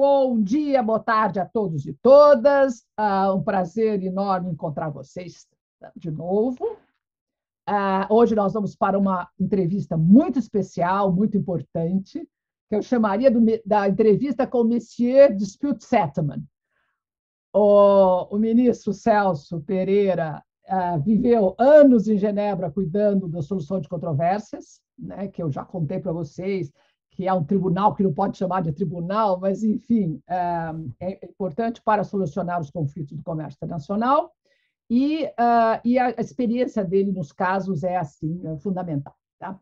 Bom dia, boa tarde a todos e todas. Um prazer enorme encontrar vocês de novo. Hoje nós vamos para uma entrevista muito especial, muito importante, que eu chamaria da entrevista com o Monsieur Dispute Settlement. O ministro Celso Pereira viveu anos em Genebra cuidando da solução de controvérsias, né, que eu já contei para vocês, que é um tribunal que não pode chamar de tribunal, mas, enfim, é importante para solucionar os conflitos do comércio internacional, e a experiência dele nos casos é, assim, fundamental. Tá?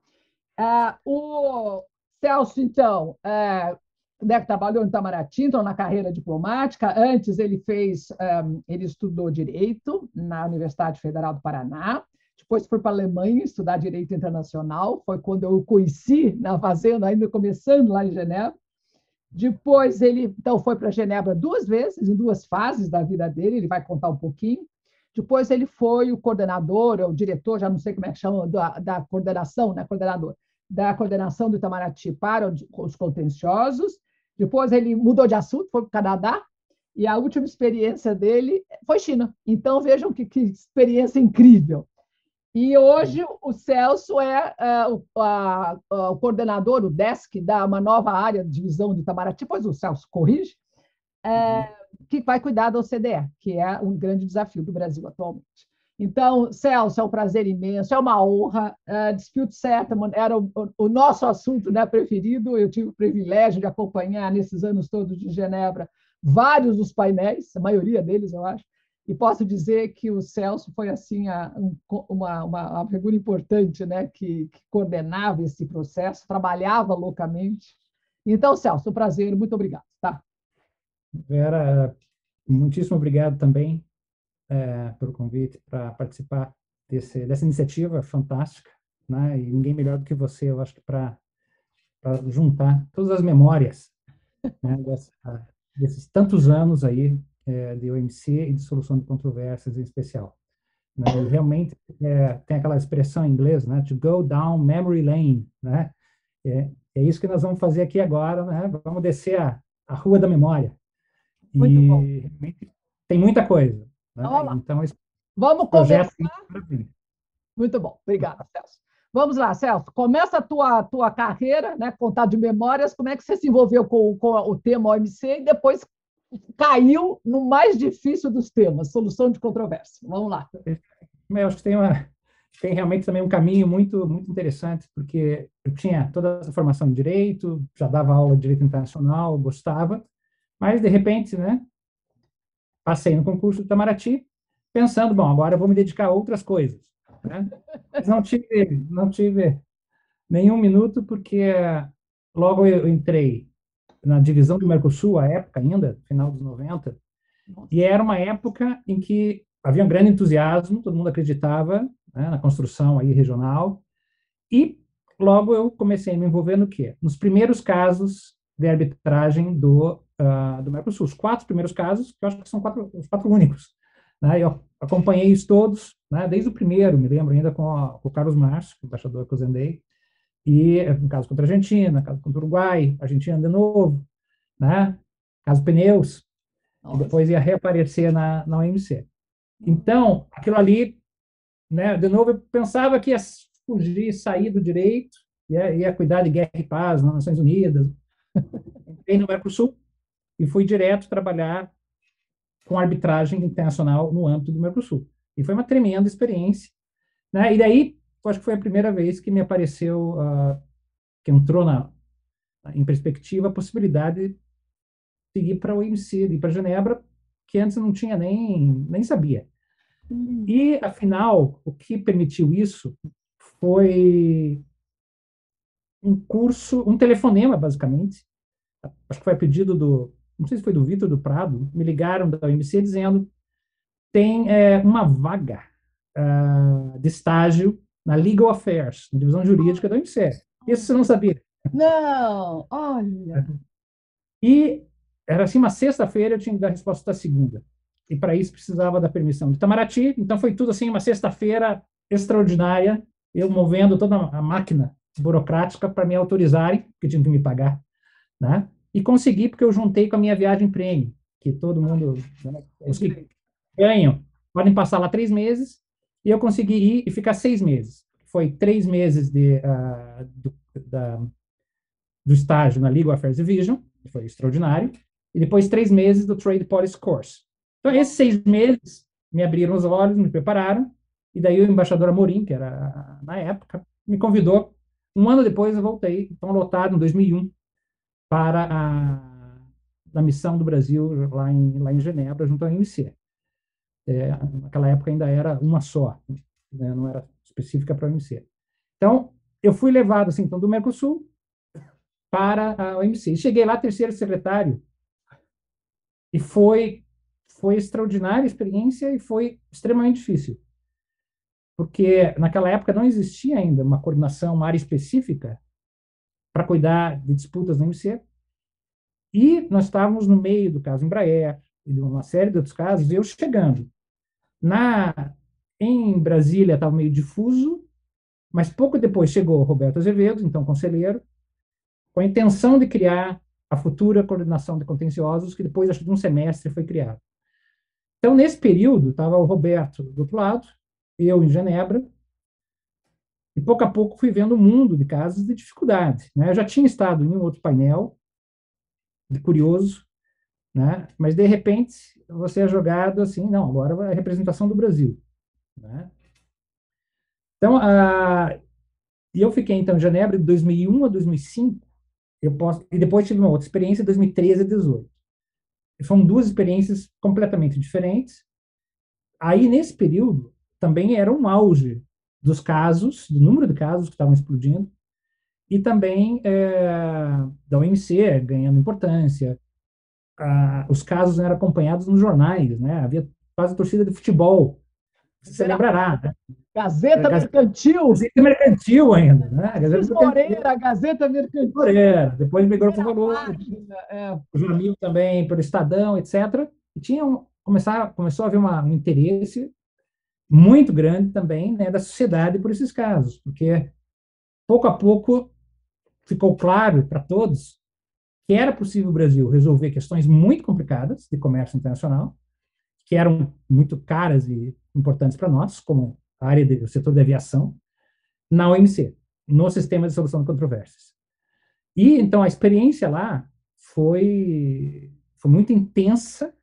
O Celso, então, trabalhou em Itamaraty, então, na carreira diplomática. Antes, ele estudou Direito na Universidade Federal do Paraná. Depois foi para a Alemanha estudar Direito Internacional. Foi quando eu o conheci na fazenda, ainda começando lá em Genebra. Depois ele então foi para Genebra 2 vezes, em 2 fases da vida dele. Ele vai contar um pouquinho. Depois ele foi o coordenador, ou o diretor, já não sei como é que chama, da coordenação, né, coordenador, da coordenação do Itamaraty para os contenciosos. Depois ele mudou de assunto, foi para o Canadá. E a última experiência dele foi China. Então vejam que experiência incrível. E hoje o Celso é o coordenador, o desk, da uma nova área de divisão de Itamaraty, pois o Celso corrige, que vai cuidar da OCDE, que é um grande desafio do Brasil atualmente. Então, Celso, é um prazer imenso, é uma honra. Dispute Settlement era o nosso assunto, né, preferido. Eu tive o privilégio de acompanhar, nesses anos todos de Genebra, vários dos painéis, a maioria deles, eu acho. E posso dizer que o Celso foi assim uma figura importante, né, que coordenava esse processo, trabalhava loucamente. Então, Celso, um prazer, muito obrigado. Tá? Vera, muitíssimo obrigado também pelo convite para participar dessa iniciativa fantástica, né? E ninguém melhor do que você, eu acho que para juntar todas as memórias, né, desses tantos anos aí de OMC e de solução de controvérsias em especial, né? E realmente tem aquela expressão em inglês, né, to go down memory lane, né? É isso que nós vamos fazer aqui agora, né? Vamos descer a rua da memória. Muito bom. E realmente tem muita coisa, né? Vamos lá. Então esse Vamos projeto começar. Muito bom, obrigada, Celso. Vamos lá, Celso, começa a tua carreira, né, contar de memórias, como é que você se envolveu com o tema OMC e depois caiu no mais difícil dos temas, solução de controvérsia. Vamos lá. Eu acho que tem realmente também um caminho muito, muito interessante, porque eu tinha toda essa formação em Direito, já dava aula de Direito Internacional, gostava, mas, de repente, né, passei no concurso do Itamaraty, pensando, bom, agora eu vou me dedicar a outras coisas, né? Mas não tive nenhum minuto, porque logo eu entrei na divisão do Mercosul, à época ainda, final dos 90, e era uma época em que havia um grande entusiasmo, todo mundo acreditava, né, na construção aí regional, e logo eu comecei a me envolver no quê? Nos primeiros casos de arbitragem do Mercosul. Os 4 primeiros casos, que eu acho que são os 4 únicos, né? Eu acompanhei isso todos, né, desde o primeiro, me lembro ainda com o Carlos Márcio, embaixador que eu zendei, e um caso contra a Argentina, caso contra o Uruguai, Argentina de novo, né? Caso Pneus, que depois ia reaparecer na OMC. Então, aquilo ali, né, de novo, eu pensava que ia fugir, sair do direito, ia cuidar de guerra e paz nas Nações Unidas. Entrei no Mercosul e fui direto trabalhar com arbitragem internacional no âmbito do Mercosul. E foi uma tremenda experiência, né? E daí, eu acho que foi a primeira vez que me apareceu, que entrou em perspectiva a possibilidade de seguir para o OMC, de ir para Genebra, que antes eu não tinha nem sabia. E, afinal, o que permitiu isso foi um curso, um telefonema, basicamente. Acho que foi a pedido não sei se foi do Vitor do Prado, me ligaram da OMC dizendo tem uma vaga de estágio na Legal Affairs, na divisão jurídica da OMC. Isso você não sabia. Não, olha. E era assim, uma sexta-feira, eu tinha que dar a resposta da segunda. E para isso precisava da permissão de Itamaraty, então foi tudo assim, uma sexta-feira extraordinária, eu movendo toda a máquina burocrática para me autorizarem, porque tinham que me pagar, né? e consegui porque eu juntei com a minha viagem prêmio, que todo mundo, né, os que ganham podem passar lá 3 meses, e eu consegui ir e ficar 6 meses. Foi 3 meses do estágio na Legal Affairs Division, que foi extraordinário, e depois 3 meses do Trade Policy Course. Então, esses 6 meses me abriram os olhos, me prepararam, e daí o embaixador Amorim, que era na época, me convidou. Um ano depois eu voltei, então lotado, em 2001, para a missão do Brasil lá em Genebra, junto à OMC. Naquela época ainda era uma só, né, não era específica para a OMC. Então, eu fui levado assim, então, do Mercosul para a OMC. Cheguei lá, terceiro secretário, e foi extraordinária a experiência e foi extremamente difícil, porque naquela época não existia ainda uma coordenação, uma área específica para cuidar de disputas na OMC, e nós estávamos no meio do caso Embraer e de uma série de outros casos, eu chegando. Em Brasília estava meio difuso, mas pouco depois chegou Roberto Azevedo, então conselheiro, com a intenção de criar a futura coordenação de contenciosos, que depois, acho que de um semestre, foi criada. Então, nesse período, estava o Roberto do outro lado, eu em Genebra, e pouco a pouco fui vendo um mundo de casos de dificuldade. Né? Eu já tinha estado em um outro painel, de curioso, né? Mas, de repente, você é jogado assim, não, agora é a representação do Brasil. Né? Então, e eu fiquei, então, em Genebra de 2001 a 2005, e depois tive uma outra experiência, de 2013 a 2018. Foram duas experiências completamente diferentes. Aí, nesse período, também era um auge dos casos, do número de casos que estavam explodindo, e também da OMC ganhando importância. Os casos eram acompanhados nos jornais, né? Havia quase torcida de futebol. Você lembrará, né? Gazeta Mercantil. Gazeta Mercantil ainda, né? Gazeta Moreira, Gazeta Mercantil. Moreira. Depois migrou para o Valor. O Jamil também, pelo Estadão, etc. E começou a haver um interesse muito grande também, né, da sociedade por esses casos, porque pouco a pouco ficou claro para todos que era possível o Brasil resolver questões muito complicadas de comércio internacional, que eram muito caras e importantes para nós, como a área do setor de aviação, na OMC, no Sistema de Solução de Controvérsias. E, então, a experiência lá foi muito intensa.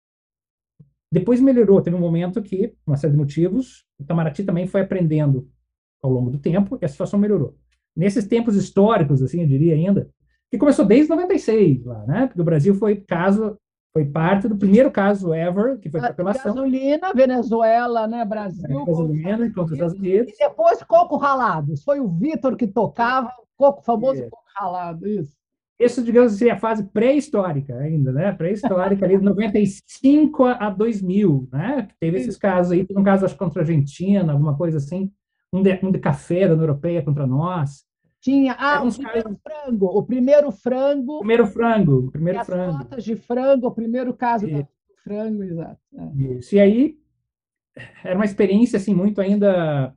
Depois melhorou, teve um momento que, por uma série de motivos, o Itamaraty também foi aprendendo ao longo do tempo e a situação melhorou. Nesses tempos históricos, assim, eu diria ainda, que começou desde 96 lá, né? Porque o Brasil foi parte do primeiro caso ever, que foi a apelação. Gasolina, Venezuela, né? Brasil. Gasolina contra os Estados Unidos. E depois coco ralado. Foi o Vitor que tocava o famoso coco ralado, isso. Isso, digamos assim, é a fase pré-histórica ainda, né? Pré-histórica ali de 95 a 2000, né? Teve esses casos aí, teve um caso, acho, contra a Argentina, alguma coisa assim, um de café da União Europeia contra nós. Tinha, o primeiro frango. O primeiro frango. As cotas de frango, o primeiro caso do frango, exato. Isso, e aí, era uma experiência, assim, muito ainda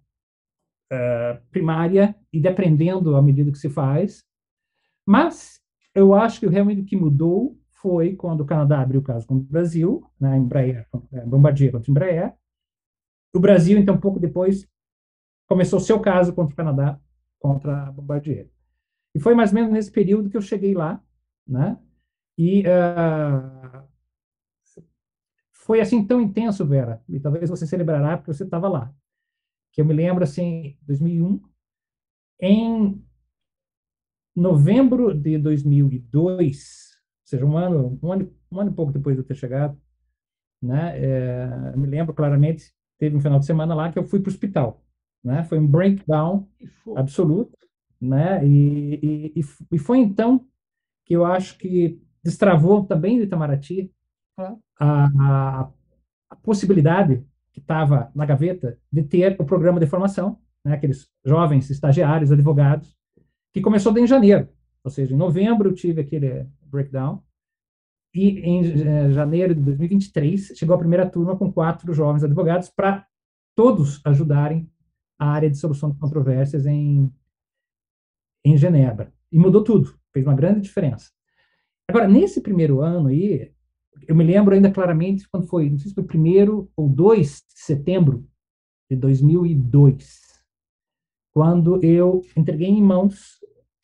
primária e de aprendendo à medida que se faz, mas eu acho que realmente o que mudou foi quando o Canadá abriu o caso contra o Brasil, na Embraer, Bombardier contra a Embraer. O Brasil, então, pouco depois, começou o seu caso contra o Canadá, contra a Bombardier. E foi mais ou menos nesse período que eu cheguei lá, né? E foi assim tão intenso, Vera, e talvez você se lembrará porque você estava lá, que eu me lembro, assim, 2001, em novembro de 2002, ou seja, um ano e pouco depois de eu ter chegado, né? Me lembro claramente, teve um final de semana lá que eu fui para o hospital, né? Foi um breakdown absoluto, né? E foi então que eu acho que destravou também do Itamaraty a possibilidade que estava na gaveta de ter o programa de formação, né? Aqueles jovens estagiários, advogados, que começou em janeiro, ou seja, em novembro eu tive aquele breakdown, e em janeiro de 2023 chegou a primeira turma com 4 jovens advogados para todos ajudarem a área de solução de controvérsias em Genebra. E mudou tudo, fez uma grande diferença. Agora, nesse primeiro ano aí, eu me lembro ainda claramente quando foi, não sei se foi 1º ou 2 de setembro de 2002, quando eu entreguei em mãos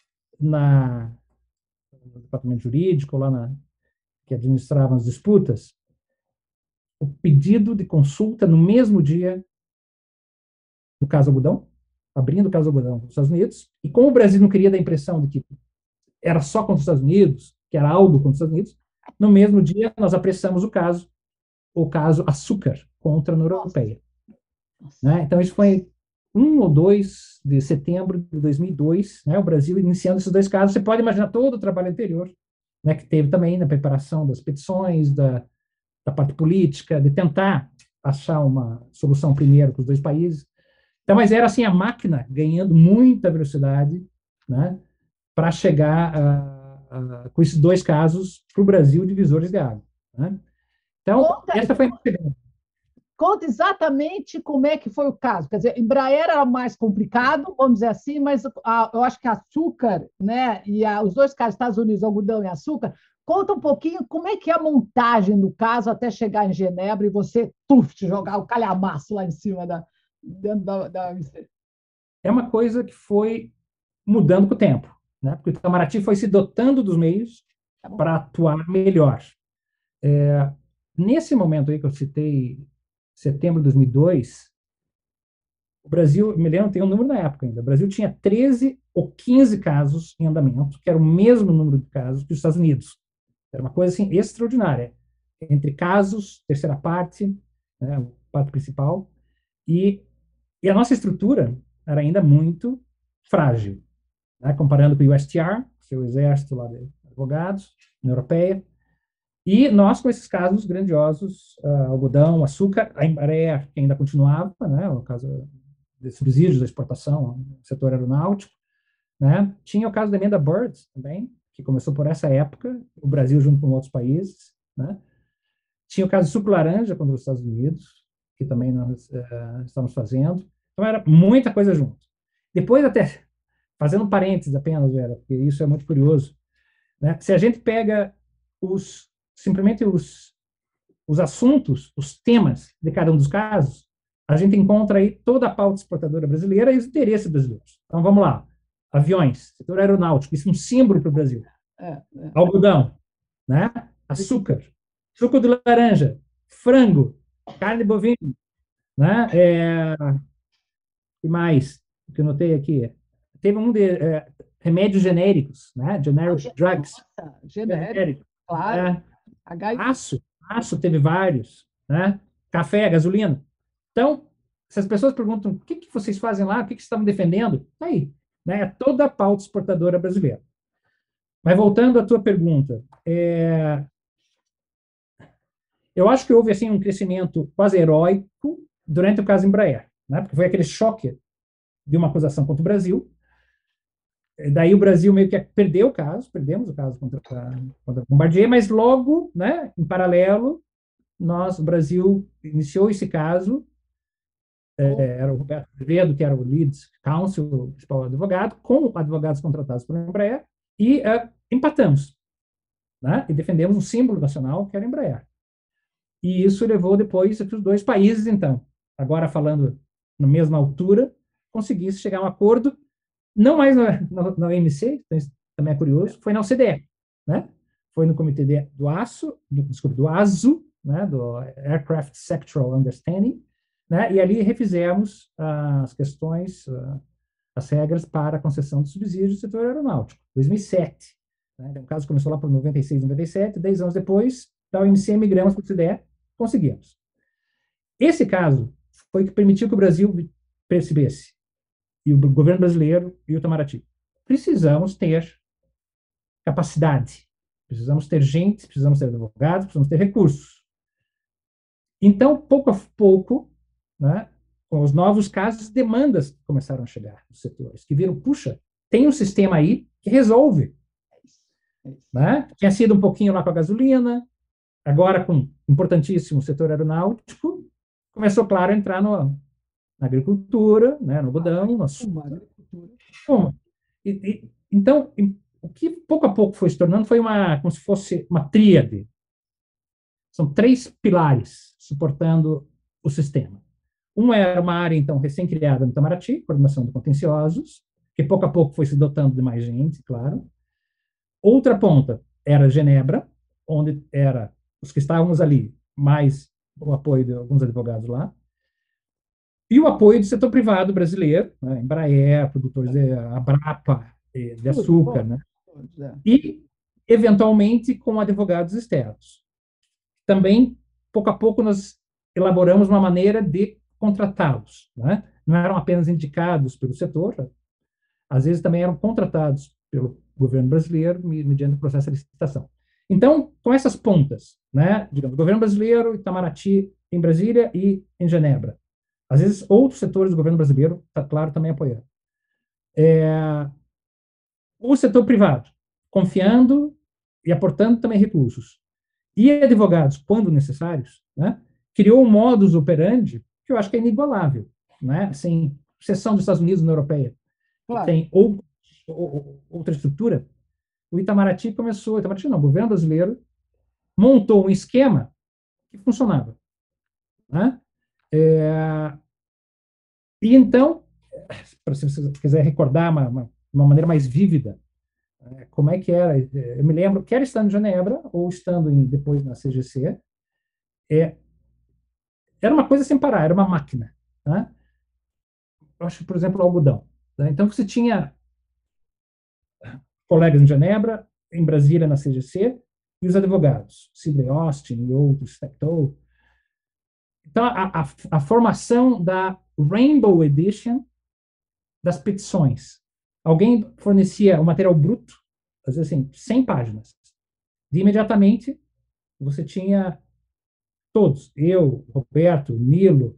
no departamento jurídico, que administrava as disputas, o pedido de consulta no mesmo dia do caso Algodão, abrindo o caso Algodão nos Estados Unidos, e como o Brasil não queria dar a impressão de que era só contra os Estados Unidos, que era algo contra os Estados Unidos, no mesmo dia nós apressamos o caso Açúcar contra a União Europeia. Né? Então, isso foi 1 ou 2 de setembro de 2002, né? O Brasil iniciando esses 2 casos. Você pode imaginar todo o trabalho anterior, né, que teve também na preparação das petições, da parte política, de tentar achar uma solução primeiro com os 2 países. Então, mas era assim a máquina ganhando muita velocidade, né, para chegar com esses 2 casos para o Brasil divisores de água. Né? Então, Conta, essa foi a segunda. conta exatamente como é que foi o caso. Quer dizer, Embraer era mais complicado, vamos dizer assim, mas eu acho que açúcar, né, e os 2 casos, Estados Unidos, algodão e açúcar, conta um pouquinho como é que é a montagem do caso até chegar em Genebra e você, jogar o calhamaço lá em cima dentro da OMC. É uma coisa que foi mudando com o tempo, né? Porque o Itamaraty foi se dotando dos meios Tá bom? para atuar melhor. Nesse momento aí que eu citei, setembro de 2002, o Brasil, me lembro, tem um número na época ainda, o Brasil tinha 13 ou 15 casos em andamento, que era o mesmo número de casos que os Estados Unidos. Era uma coisa assim extraordinária. Entre casos, terceira parte, né, parte principal, e, e a nossa estrutura era ainda muito frágil, né, comparando com o USTR, seu exército lá de advogados, União Europeia, e nós com esses casos grandiosos, algodão, açúcar, a Embraer, que ainda continuava, né, o caso de subsídios da exportação no setor aeronáutico, né, tinha o caso da emenda Birds também, que começou por essa época, o Brasil junto com outros países, né, tinha o caso do suco laranja contra os Estados Unidos, que também nós estamos fazendo, então era muita coisa junto. Depois até, fazendo um parênteses apenas, Vera, porque isso é muito curioso, né? Se a gente pega simplesmente os assuntos, os temas de cada um dos casos, a gente encontra aí toda a pauta exportadora brasileira e os interesses brasileiros. Então vamos lá. Aviões, setor aeronáutico, isso é um símbolo para o Brasil. É. Algodão, né? Açúcar, suco de laranja, frango, carne bovina, né? E mais, o que eu notei aqui, teve um de remédios genéricos, né? Generic drugs. Nossa, genérico, claro. É, HIV. aço teve vários, né? Café, gasolina. Então, se as pessoas perguntam o que vocês fazem lá, o que vocês estavam defendendo, tá aí, né? É toda a pauta exportadora brasileira. Mas voltando à tua pergunta, eu acho que houve assim um crescimento quase heróico durante o caso Embraer, né? Porque foi aquele choque de uma acusação contra o Brasil. Daí o Brasil meio que perdeu o caso, perdemos o caso contra a Bombardier, mas logo, né, em paralelo, o Brasil iniciou esse caso, era o Roberto Azevedo, que era o lead counsel, o principal advogado, com advogados contratados pela Embraer, e empatamos, né, e defendemos um símbolo nacional, que era a Embraer. E isso levou depois a que os 2 países, então, agora falando na mesma altura, conseguissem chegar a um acordo, não mais na OMC, então isso também é curioso, foi na OCDE, né? Foi no Comitê do ASO, desculpe, do ASO, né, do Aircraft Sectoral Understanding, né, e ali refizemos as questões, as regras para a concessão de subsídios do setor aeronáutico, 2007. Né, o caso começou lá por 96, 97, 10 anos depois, da OMC, migramos para o OCDE, conseguimos. Esse caso foi que permitiu que o Brasil percebesse, e o governo brasileiro e o Itamaraty, precisamos ter capacidade, precisamos ter gente, precisamos ter advogados, precisamos ter recursos. Então, pouco a pouco, né, com os novos casos, demandas começaram a chegar dos setores, que viram, puxa, tem um sistema aí que resolve. Né? Tinha sido um pouquinho lá com a gasolina, agora com importantíssimo setor aeronáutico, começou, claro, a entrar na agricultura, né, no algodão, no açúcar. Então, O que pouco a pouco foi se tornando foi como se fosse uma tríade. São três pilares suportando o sistema. Um era uma área, então, recém-criada no Itamaraty, coordenação de contenciosos, que pouco a pouco foi se dotando de mais gente, claro. Outra ponta era Genebra, onde era os que estávamos ali, mais o apoio de alguns advogados lá, e o apoio do setor privado brasileiro, né, Embraer, produtores de Abrapa, de açúcar, né, e, eventualmente, com advogados externos. Também, pouco a pouco, nós elaboramos uma maneira de contratá-los. Né? Não eram apenas indicados pelo setor, às vezes também eram contratados pelo governo brasileiro mediante o processo de licitação. Então, com essas pontas, né, digamos, governo brasileiro, Itamaraty em Brasília e em Genebra. Às vezes, outros setores do governo brasileiro, está claro, também apoiando. O setor privado, confiando e aportando também recursos. E advogados, quando necessários, né, criou um modus operandi que eu acho que é inigualável, né, sem exceção dos Estados Unidos e da União Europeia, que tem outra estrutura. O Itamaraty começou, Itamaraty não, o governo brasileiro montou um esquema que funcionava. Né? E então, se você quiser recordar uma maneira mais vívida, como é que era, eu me lembro, quer estando em Genebra ou estando depois na CGC, era uma coisa sem parar, era uma máquina. Né? Eu acho, por exemplo, o algodão. Né? Então, você tinha colegas em Genebra, em Brasília, na CGC, e os advogados, Sidney Austin e outros, Steptoe. Então, a formação da Rainbow Edition das petições. Alguém fornecia o material bruto, às vezes assim, 100 páginas. De imediatamente, você tinha todos, eu, Roberto, Nilo,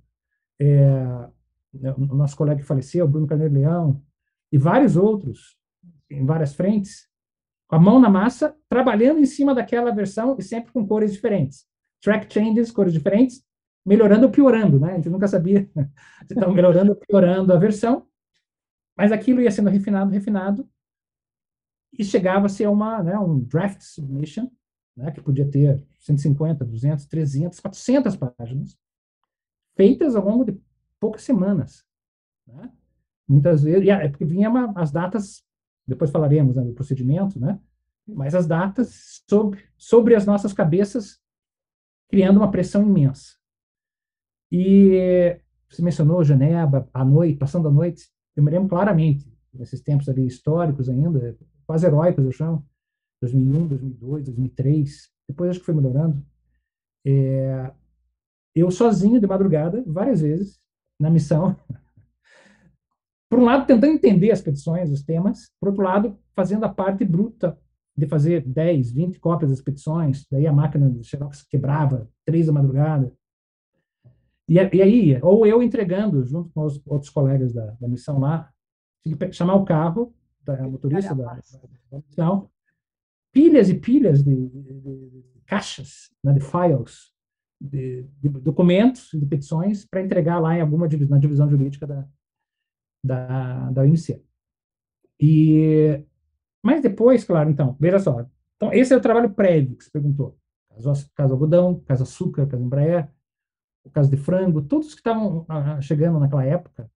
o nosso colega que faleceu, Bruno Carneiro Leão, e vários outros, em várias frentes, com a mão na massa, trabalhando em cima daquela versão e sempre com cores diferentes. Track changes, cores diferentes, melhorando ou piorando, né? A gente nunca sabia se estava melhorando ou piorando a versão, mas aquilo ia sendo refinado, refinado, e chegava a ser um draft submission, né, que podia ter 150, 200, 300, 400 páginas, feitas ao longo de poucas semanas. Né? Muitas vezes, é porque vinha as datas, depois falaremos, né, do procedimento, né? Mas as datas sobre as nossas cabeças, criando uma pressão imensa. E você mencionou Genebra, à noite, passando a noite, eu me lembro claramente, nesses tempos ali históricos ainda, quase heróicos, eu chamo, 2001, 2002, 2003, depois acho que foi melhorando. Eu sozinho, de madrugada, várias vezes, na missão, por um lado, tentando entender as petições, os temas, por outro lado, fazendo a parte bruta de fazer 10, 20 cópias das petições, daí a máquina de Xerox quebrava, 3 da madrugada. E aí, ou eu entregando, junto com os outros colegas da missão lá, chamar o carro, da motorista da missão, pilhas e pilhas de caixas, né, de files, de documentos, de petições, para entregar lá em alguma na divisão jurídica da UNC. Mas depois, claro, então, veja só. Então, esse é o trabalho prévio que você perguntou. Caso algodão, caso açúcar, caso Embraer, o caso de frango, todos que estavam chegando naquela época.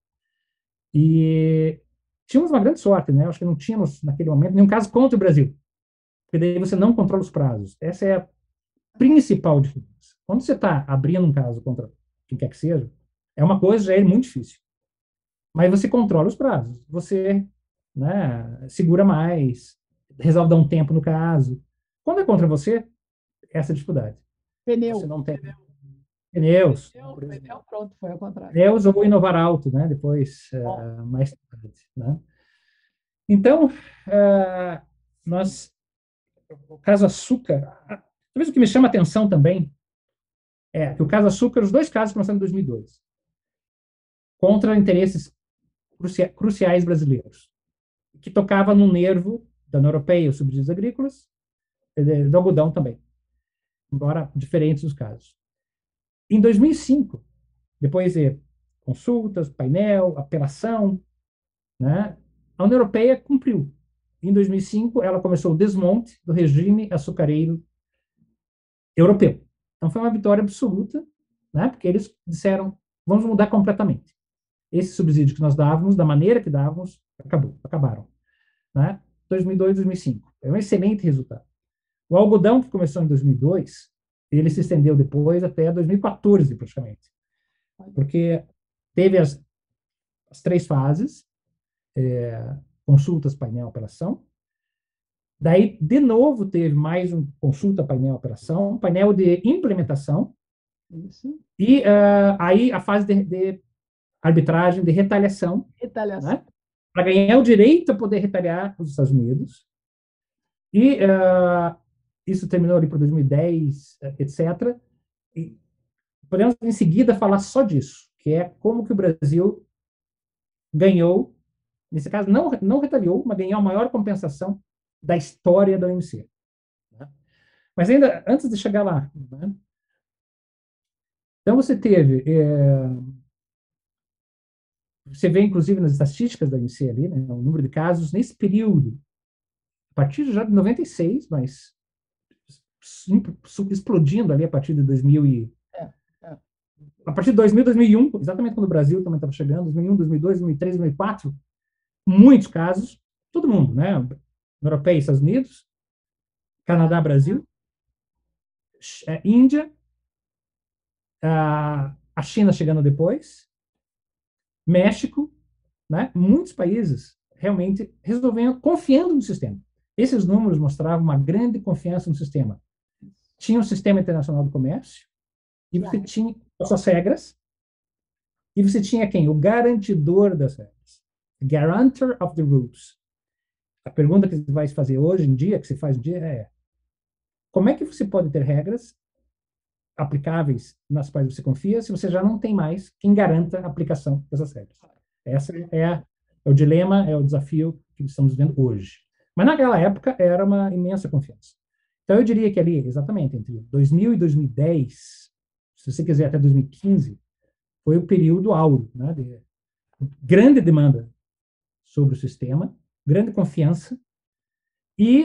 E tínhamos uma grande sorte, né? Acho que não tínhamos, naquele momento, nenhum caso contra o Brasil. Porque daí você não controla os prazos. Essa é a principal diferença. Quando você está abrindo um caso contra quem quer que seja, é uma coisa já é muito difícil. Mas você controla os prazos. Você, né, segura mais, resolve dar um tempo no caso. Quando é contra você, essa é a dificuldade. Pneu. Você não tem pneus. Pneu, pronto, foi ao contrário. Pneus ou inovar alto, né? Depois, mais tarde, né? Então, o caso açúcar, talvez o que me chama a atenção também é que o caso açúcar, os dois casos começaram em 2002, contra interesses cruciais brasileiros, que tocava no nervo da União Europeia, os subsídios agrícolas, do algodão também, embora diferentes os casos. Em 2005, depois de consultas, painel, apelação, né, a União Europeia cumpriu. em 2005, ela começou o desmonte do regime açucareiro europeu. Então, foi uma vitória absoluta, né? Porque eles disseram, vamos mudar completamente. Esse subsídio que nós dávamos, da maneira que dávamos, acabaram. Né? 2002, 2005. É um excelente resultado. O algodão, que começou em 2002, ele se estendeu depois até 2014, praticamente. Porque teve as 3 fases, consultas, painel, operação. Daí, de novo, teve mais um consulta, painel, operação, painel de implementação. Isso. E aí a fase de arbitragem, de retaliação. Retaliação. Né? Para ganhar o direito a poder retaliar os Estados Unidos. E isso terminou ali para 2010, etc. E podemos, em seguida, falar só disso, que é como que o Brasil ganhou, nesse caso, não retaliou, mas ganhou a maior compensação da história da OMC. Né? Mas ainda, antes de chegar lá, né? Então você teve, você vê inclusive nas estatísticas da OMC ali, né, o número de casos nesse período, a partir já de 96, mas explodindo ali a partir de 2000 a partir de 2000, 2001, exatamente quando o Brasil também estava chegando, 2001, 2002, 2003, 2004, muitos casos, todo mundo, né? Europeia e Estados Unidos, Canadá, Brasil, Índia, a China chegando depois, México, né? Muitos países realmente resolvendo, confiando no sistema. Esses números mostravam uma grande confiança no sistema. Tinha um sistema internacional do comércio, e você tinha as suas regras, e você tinha quem? O garantidor das regras. Guarantor of the rules. A pergunta que você vai fazer hoje em dia, que você faz um dia, é: como é que você pode ter regras aplicáveis nas quais você confia se você já não tem mais quem garanta a aplicação dessas regras? Essa é o dilema, é o desafio que estamos vivendo hoje. Mas naquela época era uma imensa confiança. Então eu diria que ali, exatamente, entre 2000 e 2010, se você quiser até 2015, foi o período áureo, né, de grande demanda sobre o sistema, grande confiança, e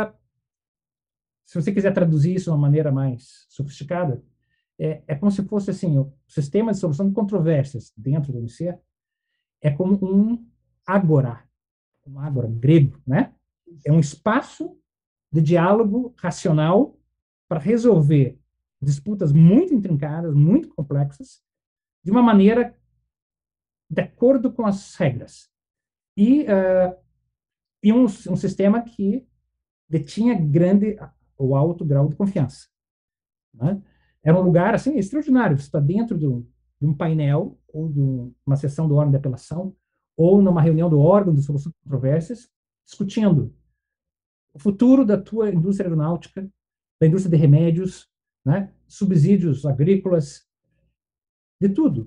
se você quiser traduzir isso de uma maneira mais sofisticada, é como se fosse assim, o sistema de solução de controvérsias dentro do OMC é como um ágora grego, né? É um espaço de diálogo racional para resolver disputas muito intrincadas, muito complexas, de uma maneira de acordo com as regras. E um sistema que detinha grande ou alto grau de confiança. Né? Era um lugar assim extraordinário. Você está dentro de um painel ou de uma sessão do órgão de apelação ou numa reunião do órgão de solução de controvérsias, discutindo o futuro da tua indústria aeronáutica, da indústria de remédios, né? Subsídios agrícolas, de tudo.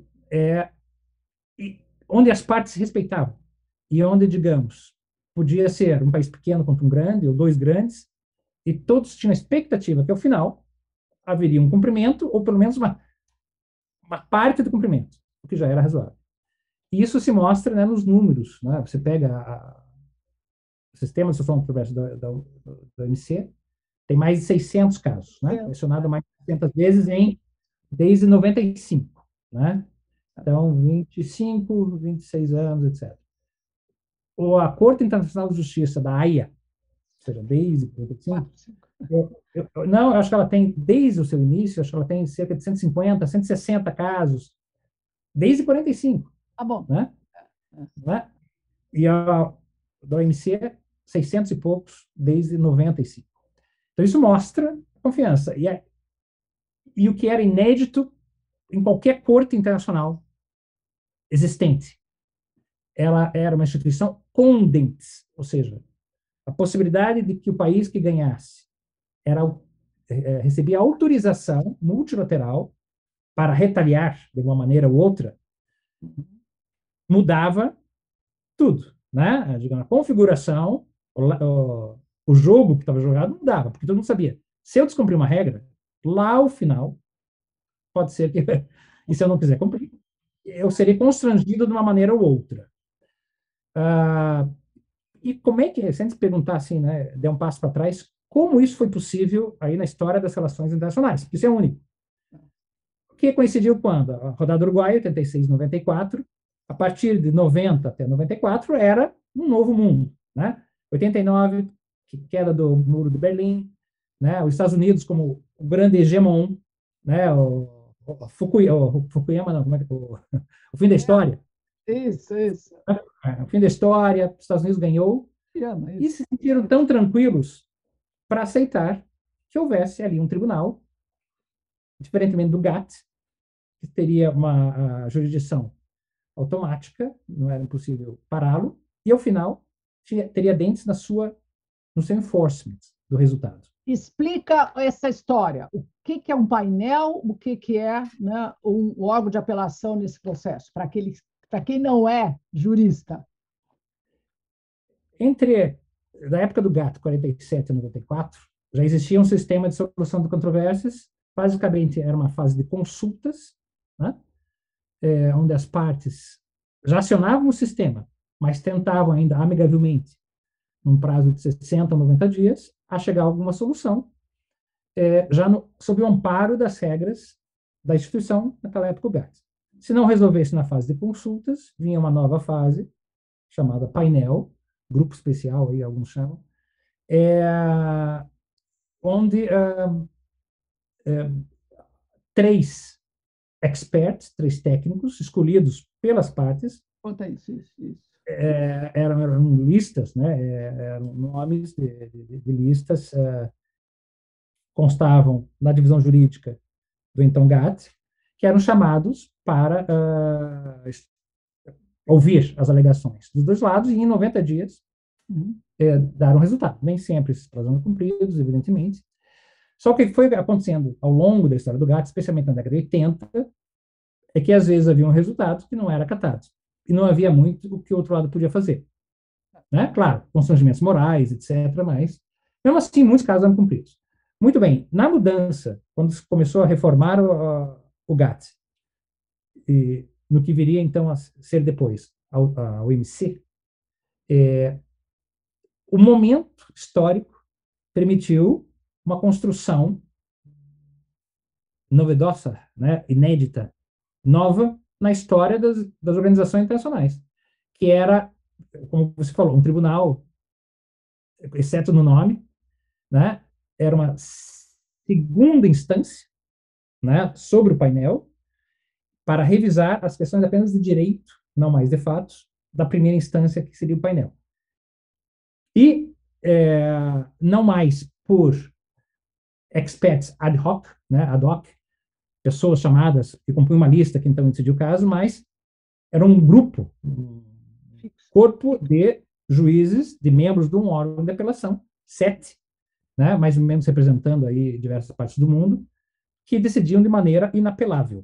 Onde as partes se respeitavam e onde, digamos, podia ser um país pequeno contra um grande ou 2 grandes, e todos tinham a expectativa que, ao final, haveria um cumprimento, ou pelo menos uma parte do cumprimento, o que já era razoável. E isso se mostra, né, nos números. Né? Você pega o sistema de solução controversa da OMC, tem mais de 600 casos, né? Mencionado mais de 600 vezes desde 95, né? Então, 25, 26 anos, etc. A Corte Internacional de Justiça da Haia, ou seja, desde 45, eu acho que ela tem, desde o seu início, acho que ela tem cerca de 150, 160 casos, desde 45. Ah, bom. Né? Né? E a da OMC, 600 e poucos, desde 95. Então, isso mostra confiança. E o que era inédito em qualquer corte internacional existente. Ela era uma instituição condens, ou seja, a possibilidade de que o país que ganhasse recebia autorização multilateral para retaliar de uma maneira ou outra, mudava tudo, né? Digamos, a configuração, o jogo que estava jogado mudava, porque todo mundo sabia. Se eu descumprir uma regra, lá ao final, pode ser que, e se eu não quiser cumprir, eu serei constrangido de uma maneira ou outra. E como é que, se a gente perguntar assim, né, der um passo para trás, como isso foi possível aí na história das relações internacionais? Isso é único. O que coincidiu quando? A rodada uruguaia, 86, 94, a partir de 90 até 94, era um novo mundo, né? 89, queda do Muro de Berlim, né? Os Estados Unidos como o grande hegemon, né? Fukuyama, não, como é que o fim da história. Isso. O fim da história, os Estados Unidos ganhou e se sentiram tão tranquilos para aceitar que houvesse ali um tribunal, diferentemente do GATT, que teria uma jurisdição automática, não era impossível pará-lo, e ao final teria dentes no seu enforcement do resultado. Explica essa história. O que é um painel, o que é, né, um órgão de apelação nesse processo, para quem não é jurista. Da época do GATT, 47 e 94, já existia um sistema de solução de controvérsias. Basicamente, era uma fase de consultas, né, onde as partes já acionavam o sistema, mas tentavam ainda amigavelmente, num prazo de 60 a 90 dias, a chegar a alguma solução, sob o amparo das regras da instituição, naquela época o GATT. Se não resolvesse na fase de consultas, vinha uma nova fase, chamada painel, grupo especial, aí alguns chamam, onde três experts, três técnicos, escolhidos pelas partes, Conta isso. eram listas, né, eram nomes de listas, constavam na divisão jurídica do então GATT, que eram chamados para ouvir as alegações dos dois lados e em 90 dias dar um resultado. Nem sempre esses prazos eram cumpridos, evidentemente. Só que o que foi acontecendo ao longo da história do GATT, especialmente na década de 80, é que às vezes havia um resultado que não era acatado. E não havia muito o que o outro lado podia fazer. Né? Claro, constrangimentos morais, etc., mas, mesmo assim, muitos casos eram cumpridos. Muito bem, na mudança, quando se começou a reformar o GATT, e no que viria então a ser depois a OMC, o momento histórico permitiu uma construção novedosa, né, inédita, nova na história das organizações internacionais, que era, como você falou, um tribunal, exceto no nome, né, era uma segunda instância, né, sobre o painel, para revisar as questões apenas de direito, não mais de fatos, da primeira instância, que seria o painel. E não mais por experts ad hoc, né, ad hoc, pessoas chamadas que compunham uma lista que então decidiu o caso, mas era um grupo, um corpo de juízes, de membros de um órgão de apelação, 7, né, mais ou menos representando aí diversas partes do mundo, que decidiam de maneira inapelável.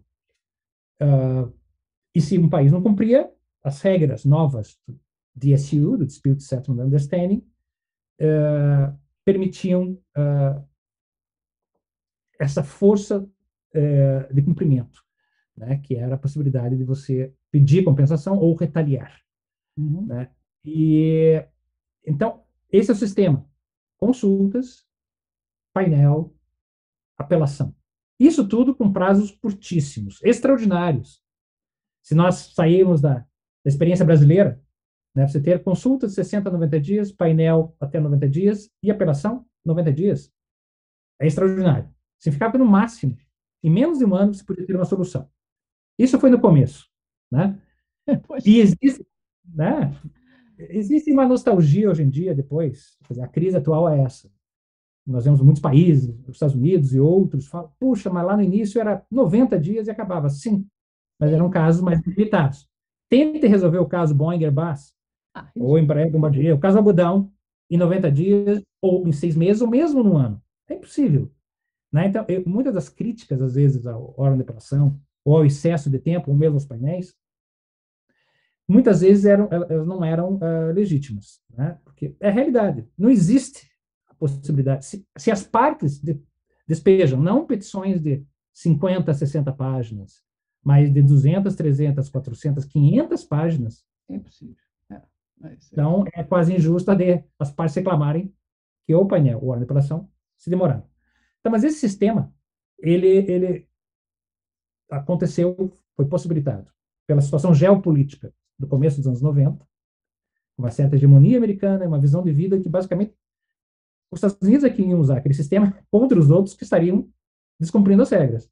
E se um país não cumpria, as regras novas do DSU, do Dispute Settlement Understanding, permitiam essa força de cumprimento, né, que era a possibilidade de você pedir compensação ou retaliar. Né? E, então, esse é o sistema. Consultas, painel, apelação. Isso tudo com prazos curtíssimos, extraordinários. Se nós sairmos da experiência brasileira, né, você ter consulta de 60 a 90 dias, painel até 90 dias e apelação 90 dias. É extraordinário. Significava que, no máximo, em menos de um ano, você podia ter uma solução. Isso foi no começo. Né? E existe uma nostalgia hoje em dia, depois. Quer dizer, a crise atual é essa. Nós vemos muitos países, os Estados Unidos e outros, falam, puxa, mas lá no início era 90 dias e acabava. Sim, mas eram casos mais limitados. Tente resolver o caso Boeing-Airbus, ou Embraer-Bombardier, o caso algodão, em 90 dias, ou em 6 meses, ou mesmo no ano. É impossível. Né? Então, muitas das críticas, às vezes, ao órgão de apelação, ou ao excesso de tempo, ou mesmo aos painéis, muitas vezes elas não eram legítimas. Né? Porque é a realidade. Não existe a possibilidade. Se as partes despejam, não petições de 50, 60 páginas, mas de 200, 300, 400, 500 páginas, é impossível. É isso aí. Então, é quase injusto as partes reclamarem que o painel ou a manipulação se demoraram. Então, mas esse sistema, ele aconteceu, foi possibilitado pela situação geopolítica do começo dos anos 90, uma certa hegemonia americana, uma visão de vida que basicamente os Estados Unidos é que iam usar aquele sistema contra os outros que estariam descumprindo as regras.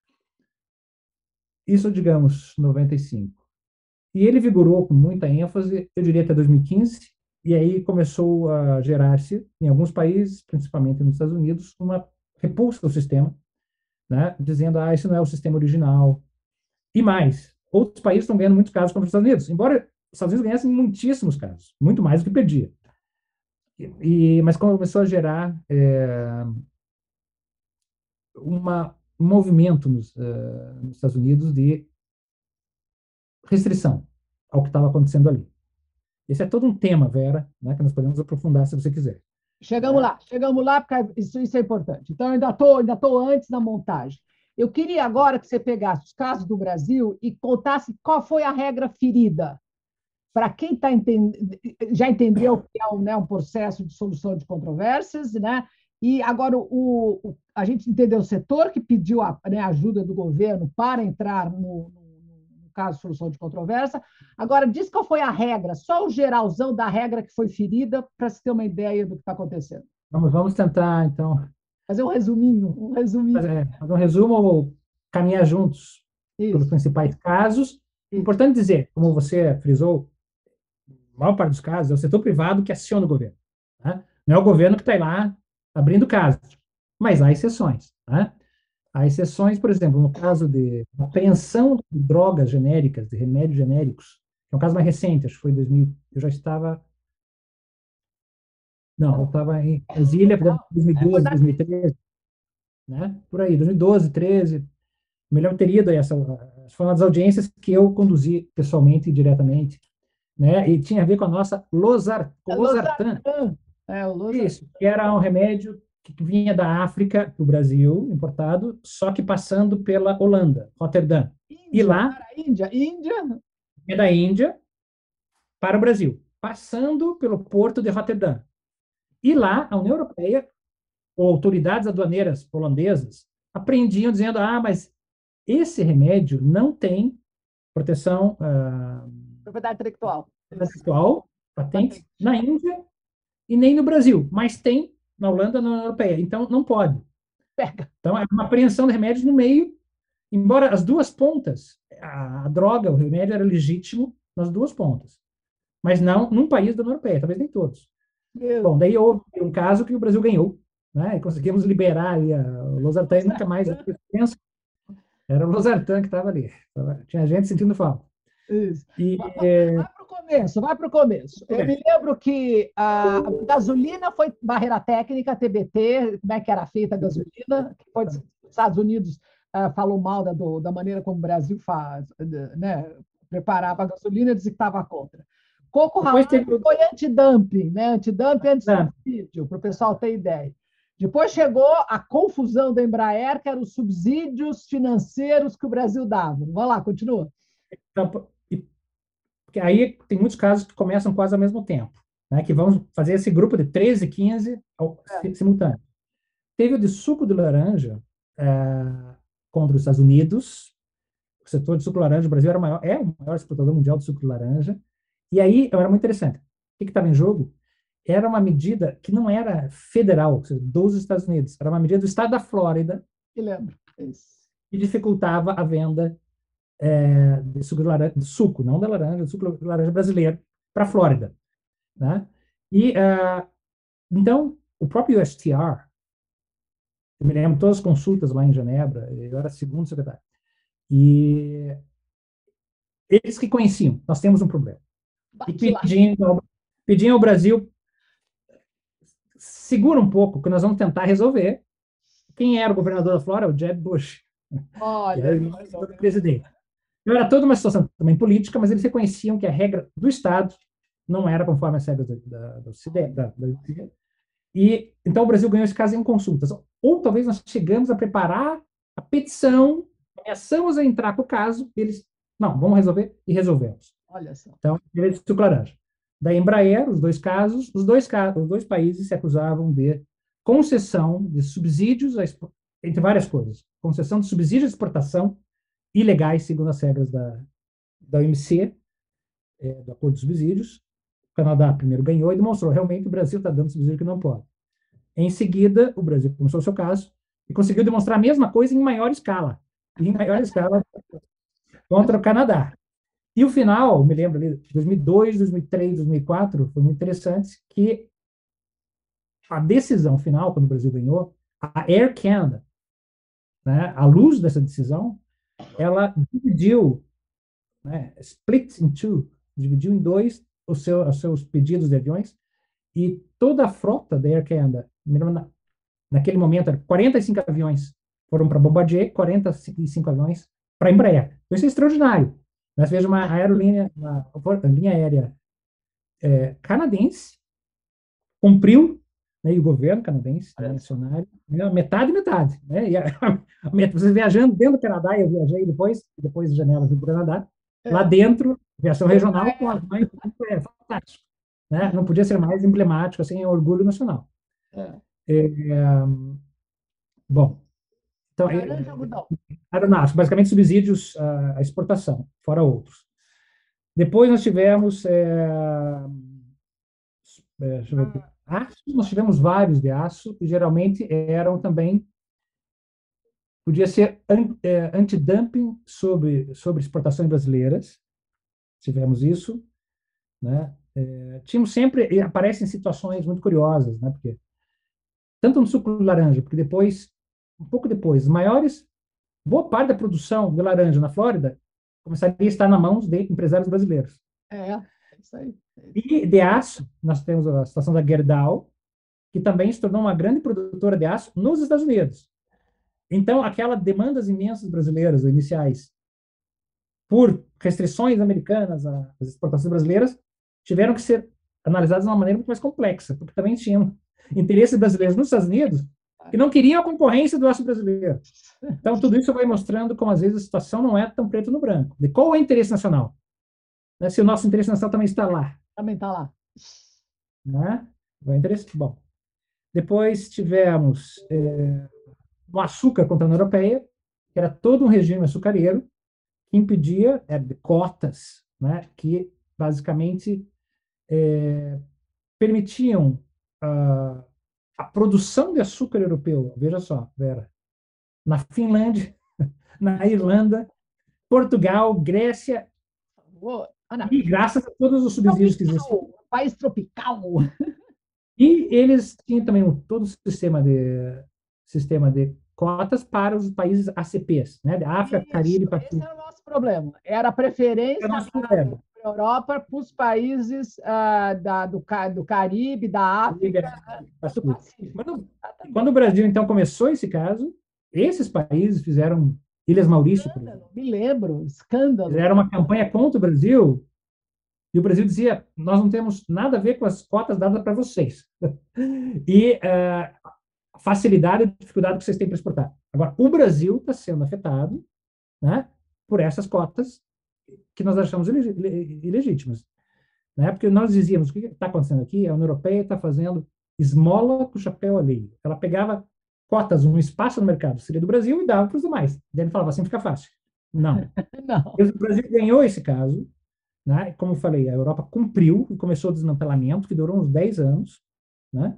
Isso, digamos, 95. E ele vigorou com muita ênfase, eu diria até 2015, e aí começou a gerar-se, em alguns países, principalmente nos Estados Unidos, uma repulsa ao sistema, né, dizendo, esse não é o sistema original. E mais, outros países estão ganhando muitos casos contra os Estados Unidos, embora os Estados Unidos ganhassem muitíssimos casos, muito mais do que perdia. Mas começou a gerar um movimento nos Estados Unidos de restrição ao que estava acontecendo ali. Esse é todo um tema, Vera, né, que nós podemos aprofundar se você quiser. Chegamos lá, porque isso é importante. Então, ainda tô antes da montagem. Eu queria agora que você pegasse os casos do Brasil e contasse qual foi a regra ferida. Para quem já entendeu que é um processo de solução de controvérsias, né? E agora a gente entendeu o setor que pediu a ajuda do governo para entrar no caso de solução de controvérsia. Agora, diz qual foi a regra, só o geralzão da regra que foi ferida, para se ter uma ideia do que está acontecendo. Vamos tentar, então, Fazer um resuminho. fazer um resumo ou caminhar juntos pelos Isso, principais casos. isso. Importante dizer, como você frisou, a maior parte dos casos é o setor privado que aciona o governo. Né? Não é o governo que está lá abrindo casos, mas há exceções. Né? Há exceções, por exemplo, no caso de apreensão de drogas genéricas, de remédios genéricos, que é um caso mais recente, acho que foi em 2000, eu já estava... Não, eu estava em Brasília, por exemplo, 2012, 2013, né? Por aí, 2012, 13, me lembro teria essa, foi uma das audiências que eu conduzi pessoalmente e diretamente, né? E tinha a ver com a nossa losartan. O losartan. Isso, que era um remédio que vinha da África para o Brasil, importado, só que passando pela Holanda, Roterdã. E Índia, lá, cara, Índia. é da Índia para o Brasil, passando pelo porto de Roterdã. E lá, a União Europeia, ou autoridades aduaneiras holandesas, apreendiam dizendo, mas esse remédio não tem proteção Propriedade intelectual. intelectual, patente, na Índia e nem no Brasil, mas tem na Holanda, na União Europeia. Então, não pode. Pega. Então, é uma apreensão de remédios no meio, embora as duas pontas, a droga, o remédio era legítimo nas duas pontas, mas não num país da União Europeia, talvez nem todos. Meu. Bom, daí houve um caso que o Brasil ganhou, né? E conseguimos liberar ali o losartan e nunca mais penso. Era o losartan que estava ali. Tinha gente sentindo falta. Isso. E, Vai para o começo. Eu me lembro que a gasolina foi barreira técnica, TBT, como é que era feita a gasolina, que foi, os Estados Unidos falou mal da maneira como o Brasil faz, né, preparava a gasolina e disse que estava contra. Coco Ralado foi antidumping, né? Antidumping anti-subsídio, para o pessoal ter ideia. Depois chegou a confusão da Embraer, que eram os subsídios financeiros que o Brasil dava. Vamos lá, continua. Porque aí tem muitos casos que começam quase ao mesmo tempo, né? Que vão fazer esse grupo de 13, 15 simultâneos. Teve o de suco de laranja contra os Estados Unidos. O setor de suco de laranja, o Brasil era é o maior exportador mundial de suco de laranja. E aí era muito interessante. O que estava em jogo? Era uma medida que não era federal, ou seja, dos Estados Unidos. Era uma medida do estado da Flórida. Eu lembro. Que dificultava a venda de suco de laranja, de suco, não da laranja, de suco de laranja brasileiro para a Flórida. Né? E, então, o próprio USTR, eu me lembro de todas as consultas lá em Genebra, eu era segundo secretário, e eles que conheciam, nós temos um problema. E pediam ao Brasil, segura um pouco, que nós vamos tentar resolver. Quem era o governador da Flórida? O Jeb Bush. Olha, que era o presidente. Então, era toda uma situação também política, mas eles reconheciam que a regra do Estado não era conforme as regras da e então o Brasil ganhou esse caso em consultas. Ou talvez nós chegamos a preparar a petição, ameaçamos a entrar com o caso, eles, não, vamos resolver, e resolvemos. Olha só. Então, ele suco laranja. da Embraer, os dois países se acusavam de concessão de subsídios, entre várias coisas, concessão de subsídios de exportação ilegais, segundo as regras da OMC, do Acordo de Subsídios. O Canadá primeiro ganhou e demonstrou realmente que o Brasil está dando subsídio que não pode. Em seguida, o Brasil começou o seu caso e conseguiu demonstrar a mesma coisa em maior escala. E em maior escala contra o Canadá. E o final, me lembro ali, 2002, 2003, 2004, foi muito interessante, que a decisão final, quando o Brasil ganhou, a Air Canada, né, à luz dessa decisão, ela dividiu, né, split in two, dividiu em dois os seus pedidos de aviões, e toda a frota da Air Canada, naquele momento, 45 aviões foram para Bombardier, 45 aviões para Embraer. Isso é extraordinário. Nós veja uma aerolínea, uma linha aérea canadense, cumpriu, né, e o governo canadense, né, acionário, né, metade, metade. Né, vocês viajando dentro do Canadá, eu viajei depois de janelas do Canadá, lá dentro, aviação regional, com aviões, fantástico. Né, não podia ser mais emblemático, assim, é orgulho nacional. Bom, então, aeronáutico, basicamente subsídios à exportação, fora outros. Depois nós tivemos, deixa eu ver aqui, aço, nós tivemos vários de aço, e geralmente eram também, podia ser antidumping sobre exportações brasileiras, tivemos isso, né? Tínhamos sempre, e aparecem situações muito curiosas, né? Porque, tanto no suco de laranja, porque depois, um pouco depois, boa parte da produção de laranja na Flórida começaria a estar nas mãos de empresários brasileiros. Isso aí. E de aço, nós temos a situação da Gerdau, que também se tornou uma grande produtora de aço nos Estados Unidos. Então, aquelas demandas imensas brasileiras iniciais por restrições americanas às exportações brasileiras tiveram que ser analisadas de uma maneira muito mais complexa, porque também tinham interesses brasileiros nos Estados Unidos que não queriam a concorrência do aço brasileiro. Então, tudo isso vai mostrando como, às vezes, a situação não é tão preto no branco. De qual é o interesse nacional? Né? Se o nosso interesse nacional também está lá. Também está lá. Né? O interesse, bom. Depois tivemos o açúcar contra a União Europeia, que era todo um regime açucareiro que impedia de cotas, né? Que, basicamente, permitiam a produção de açúcar europeu. Veja só, Vera, na Finlândia, na Irlanda, Portugal, Grécia, e graças a todos os subsídios que existiam. País tropical. E eles tinham também todo o sistema de cotas para os países ACPs, né? Da África, Caribe, Pacífico. Esse era o nosso problema. Era a preferência para a Europa para os países do Caribe, da África, do Pacífico. Quando o Brasil, então, começou esse caso, esses países fizeram Ilhas Maurício, por exemplo. Me lembro, escândalo. Fizeram uma campanha contra o Brasil, e o Brasil dizia: nós não temos nada a ver com as cotas dadas para vocês. E a facilidade e dificuldade que vocês têm para exportar. Agora, o Brasil está sendo afetado, né, por essas cotas que nós achamos ilegítimas. Né? Porque nós dizíamos: o que está acontecendo aqui? A União Europeia está fazendo esmola com o chapéu alheio. Ela pegava cotas, um espaço no mercado, seria do Brasil, e dava para os demais. Daí ele falava assim: fica fácil. Não. Não. O Brasil ganhou esse caso, né? Como eu falei, a Europa cumpriu e começou o desmantelamento, que durou uns 10 anos, né?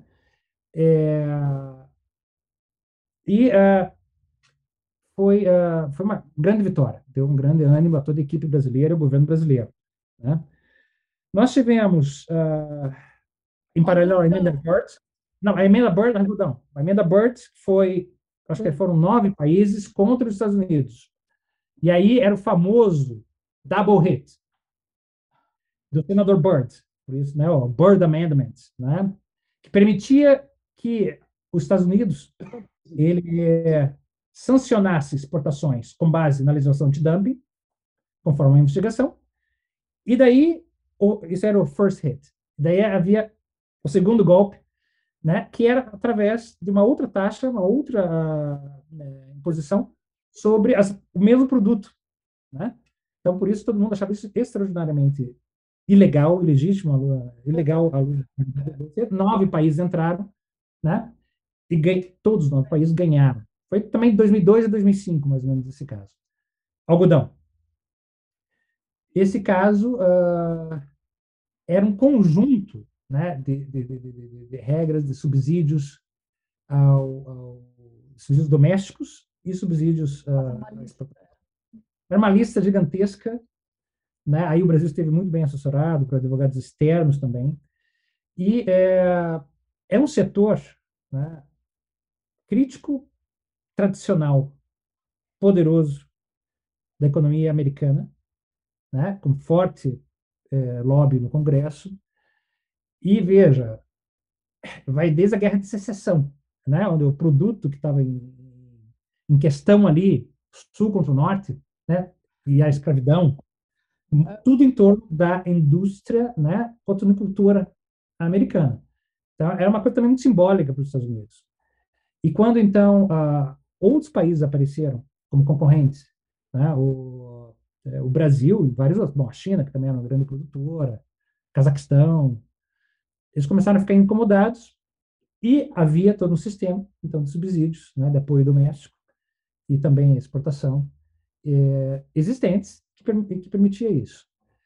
Foi uma grande vitória, deu um grande ânimo a toda a equipe brasileira e ao governo brasileiro. Né? Nós tivemos, em paralelo, a emenda Burt. Não, a emenda Burt, não. A emenda Burt foi, acho que foram 9 países contra os Estados Unidos. E aí era o famoso double hit do senador Burt, por isso, né, o Burt Amendment, né, que permitia que os Estados Unidos ele sancionasse exportações com base na legislação antidumping, conforme a investigação, e daí, isso era o first hit. Daí havia o segundo golpe, né, que era através de uma outra taxa, uma outra imposição sobre o mesmo produto. Né? Então, por isso, todo mundo achava isso extraordinariamente ilegal, ilegítimo, ilegal. 9 países entraram, né? E todos os 9 países ganharam. Foi também de 2002 a 2005, mais ou menos, esse caso. Algodão. Esse caso era um conjunto, né, de regras, de subsídios, subsídios domésticos e subsídios. Era uma lista gigantesca, né? Aí o Brasil esteve muito bem assessorado por advogados externos também. E é um setor, né, crítico, tradicional, poderoso da economia americana, né, com forte lobby no Congresso. E veja, vai desde a Guerra de Secessão, né, onde o produto que estava em questão ali, sul contra o norte, né, e a escravidão, tudo em torno da indústria, né, cotonicultura americana. Então, era uma coisa também muito simbólica para os Estados Unidos. E quando, então, outros países apareceram como concorrentes, né, o Brasil e vários outros, bom, a China, que também era uma grande produtora, Cazaquistão, eles começaram a ficar incomodados e havia todo um sistema, então, de subsídios, né, de apoio doméstico e também exportação existentes que permitia isso.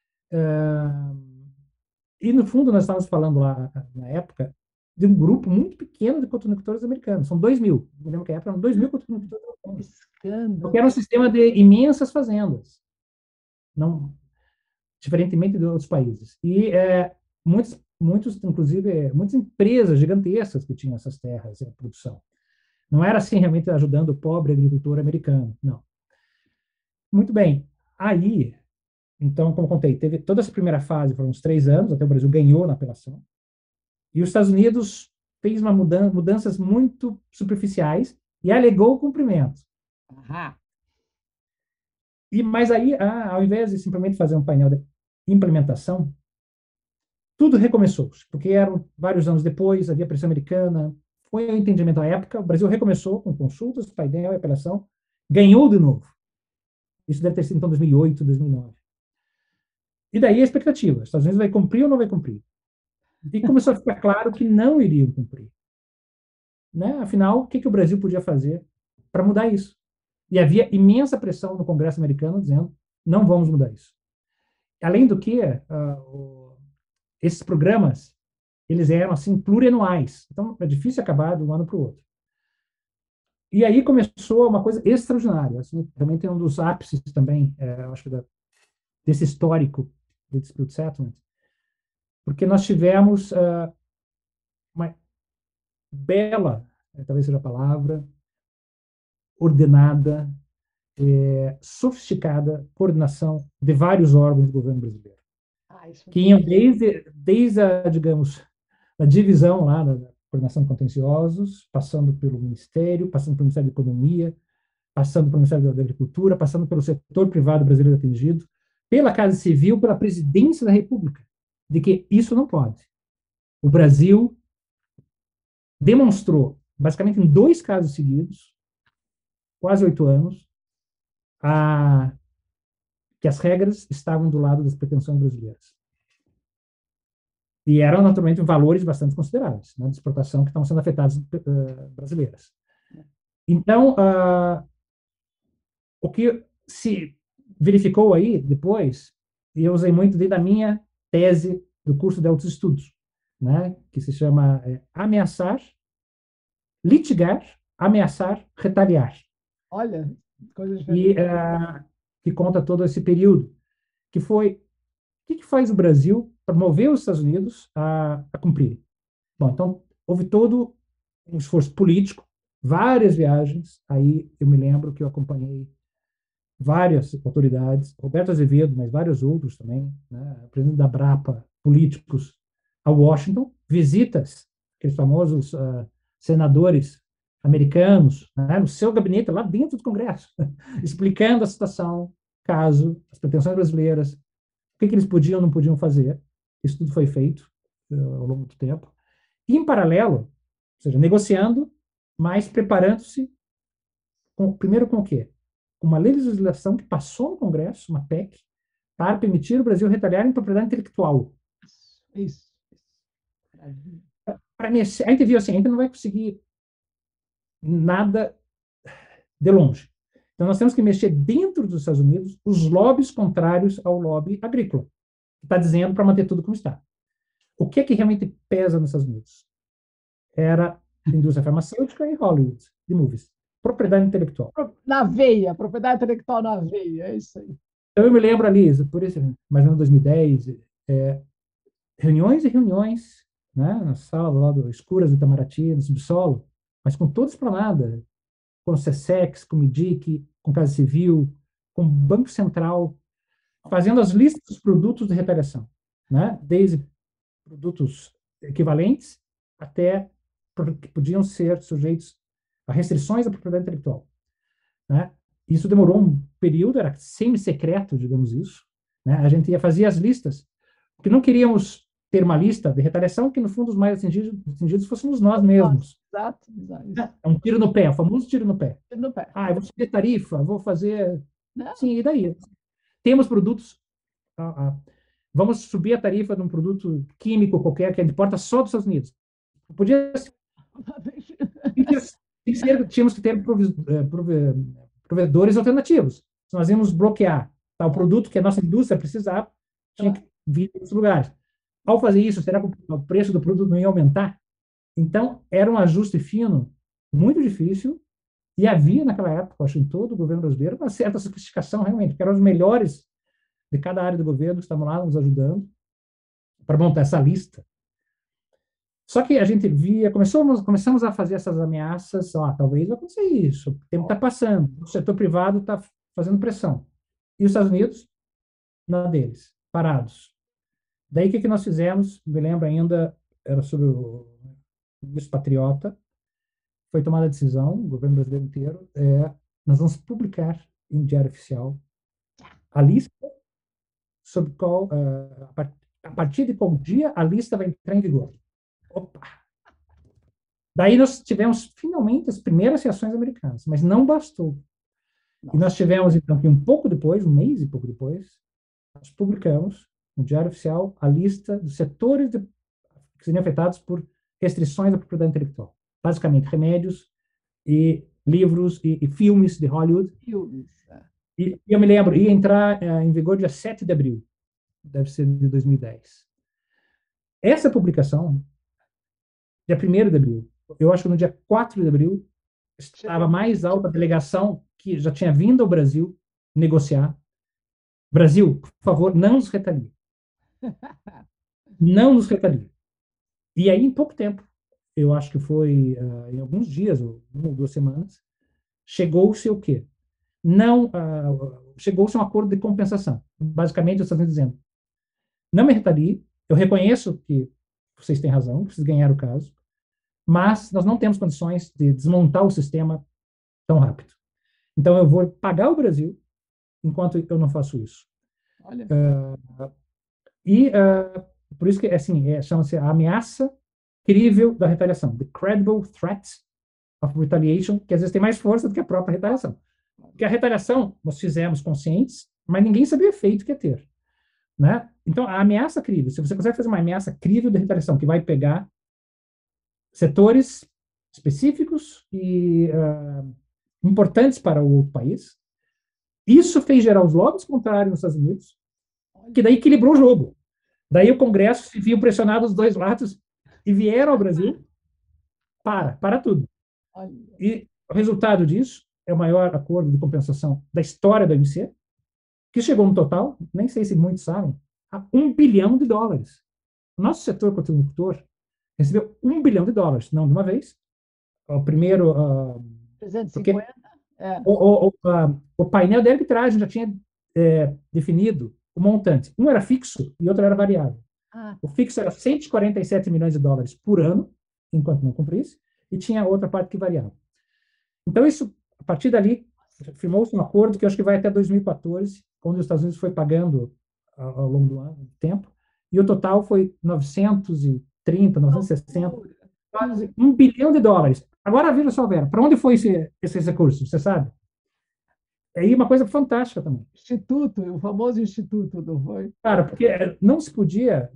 E, no fundo, nós estávamos falando lá, na época, de um grupo muito pequeno de cotonicultores americanos. São 2.000. Me lembro que a época eram 2.000 cotonicultores americanos. Porque era um sistema de imensas fazendas, não, diferentemente de outros países. E inclusive, muitas empresas gigantescas que tinham essas terras em produção. Não era assim realmente ajudando o pobre agricultor americano, não. Muito bem. Aí, então, como contei, teve toda essa primeira fase, foram uns 3 anos, até o Brasil ganhou na apelação. E os Estados Unidos fez mudanças muito superficiais e alegou o cumprimento. Aham. Mas aí, ao invés de simplesmente fazer um painel de implementação, tudo recomeçou, porque eram vários anos depois, havia pressão americana, foi o entendimento à época, o Brasil recomeçou com consultas, painel e apelação, ganhou de novo. Isso deve ter sido, então, 2008, 2009. E daí a expectativa, os Estados Unidos vai cumprir ou não vai cumprir? E começou a ficar claro que não iriam cumprir. Né? Afinal, o que o Brasil podia fazer para mudar isso? E havia imensa pressão no Congresso americano dizendo, não vamos mudar isso. Além do que, esses programas, eles eram assim plurianuais. Então, é difícil acabar de um ano para o outro. E aí começou uma coisa extraordinária. Assim, também tem um dos ápices também, eu acho, desse histórico do Dispute Settlement, porque nós tivemos uma bela, talvez seja a palavra, ordenada, sofisticada coordenação de vários órgãos do governo brasileiro, que iam desde a, digamos, a divisão lá da coordenação de contenciosos, passando pelo Ministério, passando pelo Ministério da Economia, passando pelo Ministério da Agricultura, passando pelo setor privado brasileiro atingido, pela Casa Civil, pela Presidência da República, de que isso não pode. O Brasil demonstrou, basicamente em 2 casos seguidos, quase 8 anos, que as regras estavam do lado das pretensões brasileiras. E eram, naturalmente, valores bastante consideráveis, né, de exportação que estavam sendo afetados brasileiras. Então, o que se verificou aí depois, e eu usei muito dentro da minha tese do curso de altos estudos, né, que se chama ameaçar, litigar, ameaçar, retaliar. Olha, coisa E diferente. que conta todo esse período, que foi o que faz o Brasil para mover os Estados Unidos a cumprir? Bom, então, houve todo um esforço político, várias viagens. Aí eu me lembro que eu acompanhei várias autoridades, Roberto Azevedo, mas vários outros também, né, presidente da Brapa, políticos, a Washington, visitas, aqueles famosos senadores americanos, né, no seu gabinete, lá dentro do Congresso, explicando a situação, caso, as pretensões brasileiras, o que eles podiam ou não podiam fazer. Isso tudo foi feito ao longo do tempo. E, em paralelo, ou seja, negociando, mas preparando-se, primeiro com o quê? Com uma legislação que passou no Congresso, uma PEC, para permitir o Brasil retaliar em propriedade intelectual. Isso. A gente viu assim, a gente não vai conseguir nada de longe. Então, nós temos que mexer dentro dos Estados Unidos os lobbies contrários ao lobby agrícola, que está dizendo para manter tudo como está. O que é que realmente pesa nos Estados Unidos? Era a indústria farmacêutica e Hollywood, de movies. Propriedade intelectual. Na veia, propriedade intelectual na veia, é isso aí. Então, eu me lembro ali, por isso, mais ou menos 2010, reuniões e reuniões, né, na sala lá do escuras do Itamaraty, no subsolo, mas com toda esplanada, com o SESEX, com o MIDIC, com Casa Civil, com o Banco Central, fazendo as listas dos produtos de retaliação, né, desde produtos equivalentes até que podiam ser sujeitos a restrições à propriedade intelectual, né? Isso demorou um período, era semi-secreto, digamos isso, né? A gente fazia as listas, porque não queríamos ter uma lista de retaliação que, no fundo, os mais atingidos fôssemos nós mesmos. Exato. É um tiro no pé, o famoso tiro no pé. Tiro no pé. Eu vou subir tarifa, vou fazer... Não. Sim, e daí? Temos produtos... Vamos subir a tarifa de um produto químico qualquer que importa só dos Estados Unidos. Podia ser... Tínhamos que ter provedores alternativos. Se nós íamos bloquear o produto que a nossa indústria precisava, tinha que vir de outros lugares. Ao fazer isso, será que o preço do produto não ia aumentar? Então, era um ajuste fino, muito difícil, e havia naquela época, acho, em todo o governo brasileiro, uma certa sofisticação, realmente, porque eram os melhores de cada área do governo que estavam lá nos ajudando para montar essa lista. Só que a gente via, começamos a fazer essas ameaças, talvez vai acontecer isso, o tempo está passando, o setor privado está fazendo pressão. E os Estados Unidos, nada deles, parados. Daí, o que nós fizemos? Me lembro ainda, era sobre o ministro Patriota, foi tomada a decisão, o governo brasileiro inteiro, nós vamos publicar em diário oficial a lista sobre qual, a partir de qual dia a lista vai entrar em vigor. Opa! Daí nós tivemos finalmente as primeiras reações americanas, mas não bastou. Nossa. E nós tivemos, então, que um pouco depois, um mês e pouco depois, nós publicamos no Diário Oficial a lista dos setores que seriam afetados por restrições à propriedade intelectual. Basicamente, remédios e livros e filmes de Hollywood. E eu me lembro, ia entrar em vigor dia 7 de abril, deve ser de 2010. Essa publicação, dia 1º de abril, eu acho que no dia 4 de abril, estava mais alta a delegação que já tinha vindo ao Brasil negociar. Brasil, por favor, não nos retalie. Não nos retalie. E aí, em pouco tempo, eu acho que foi em alguns dias, ou 1 ou 2 semanas, chegou-se o quê? Chegou-se a um acordo de compensação. Basicamente, eu estou dizendo, não me retalie, eu reconheço que vocês têm razão, vocês ganharam o caso, mas nós não temos condições de desmontar o sistema tão rápido. Então, eu vou pagar o Brasil enquanto eu não faço isso. Olha. Por isso que, assim, chama-se a ameaça crível da retaliação, the credible threat of retaliation, que às vezes tem mais força do que a própria retaliação. Porque a retaliação nós fizemos conscientes, mas ninguém sabia o efeito que ia ter. Né? Então, a ameaça crível, se você consegue fazer uma ameaça crível de retaliação, que vai pegar setores específicos e importantes para o outro país, isso fez gerar os lobbies contrários nos Estados Unidos, que daí equilibrou o jogo. Daí o Congresso se viu pressionado dos dois lados e vieram ao Brasil para tudo. E o resultado disso é o maior acordo de compensação da história da OMC, que chegou no total, nem sei se muitos sabem, a $1 bilhão. O nosso setor contributor recebeu $1 bilhão, não de uma vez. O primeiro... 350? O painel de arbitragem já tinha definido o montante. Um era fixo e outro era variável. O fixo era $147 milhões por ano, enquanto não cumprisse, e tinha outra parte que variava. Então, isso, a partir dali, firmou-se um acordo que eu acho que vai até 2014, onde os Estados Unidos foi pagando ao longo do tempo, e o total foi 930, 960, quase $1 bilhão. Agora, veja só, Vera, para onde foi esses recursos, você sabe? aí uma coisa fantástica também. Instituto, o famoso instituto, não foi? Cara, porque não se podia,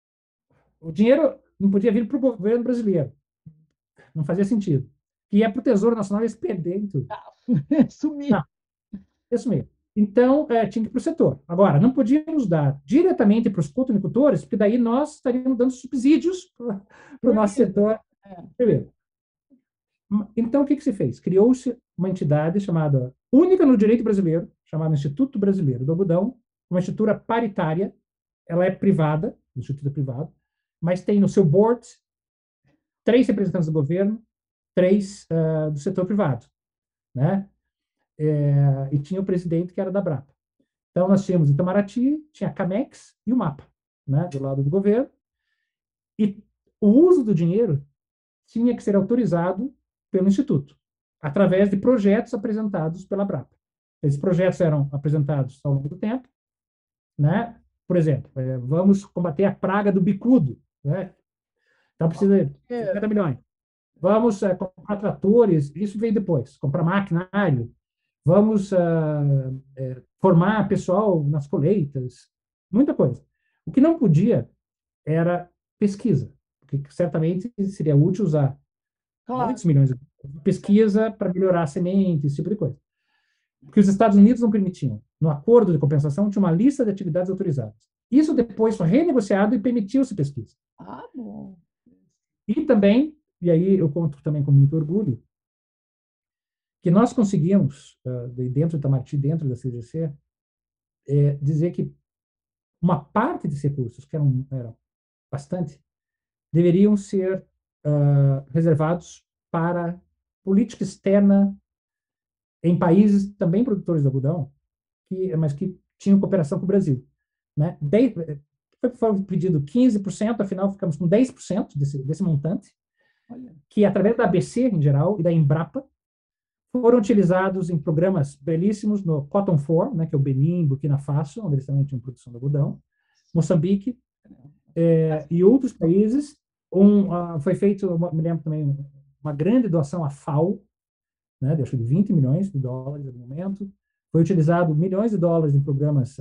o dinheiro não podia vir para o governo brasileiro, não fazia sentido. E é para o Tesouro Nacional eles perderem tudo. Sumir. Não, isso mesmo. Então, tinha que ir para o setor. Agora, não podíamos dar diretamente para os cotonicultores, porque daí nós estaríamos dando subsídios para o nosso setor É. primeiro. Então, o que se fez? Criou-se uma entidade chamada, única no direito brasileiro, chamada Instituto Brasileiro do Algodão, uma estrutura paritária, ela é privada, o instituto é privado, mas tem no seu board 3 representantes do governo, 3 do setor privado, né? E tinha o presidente que era da Brapa. Então, nós tínhamos Itamaraty, tinha a Camex e o MAPA, né, do lado do governo, e o uso do dinheiro tinha que ser autorizado pelo Instituto, através de projetos apresentados pela Brapa. Esses projetos eram apresentados ao longo do tempo, né? Por exemplo, vamos combater a praga do bicudo, né? Então precisa de 50 milhões. Vamos comprar tratores, isso veio depois, comprar maquinário, vamos formar pessoal nas colheitas, muita coisa. O que não podia era pesquisa, porque certamente seria útil usar Claro. muitos milhões de pesquisa para melhorar a semente, esse tipo de coisa. Porque os Estados Unidos não permitiam. No acordo de compensação tinha uma lista de atividades autorizadas. Isso depois foi renegociado e permitiu-se pesquisa. Ah, bom. E também, e aí eu conto também com muito orgulho, que nós conseguimos, dentro do Itamaraty, dentro da CGC, dizer que uma parte desses recursos, que eram bastante, deveriam ser reservados para política externa em países também produtores de algodão, mas que tinham cooperação com o Brasil. Né? Foi pedido 15%, afinal ficamos com 10% desse montante, que através da ABC em geral e da Embrapa, foram utilizados em programas belíssimos no Cotton 4, né, que é o Benin, Burkina Faso, onde eles também tinham produção de algodão, Moçambique e outros países. Foi feito, me lembro também, uma grande doação à FAO, né, de 20 milhões de dólares no momento. Foi utilizado milhões de dólares em programas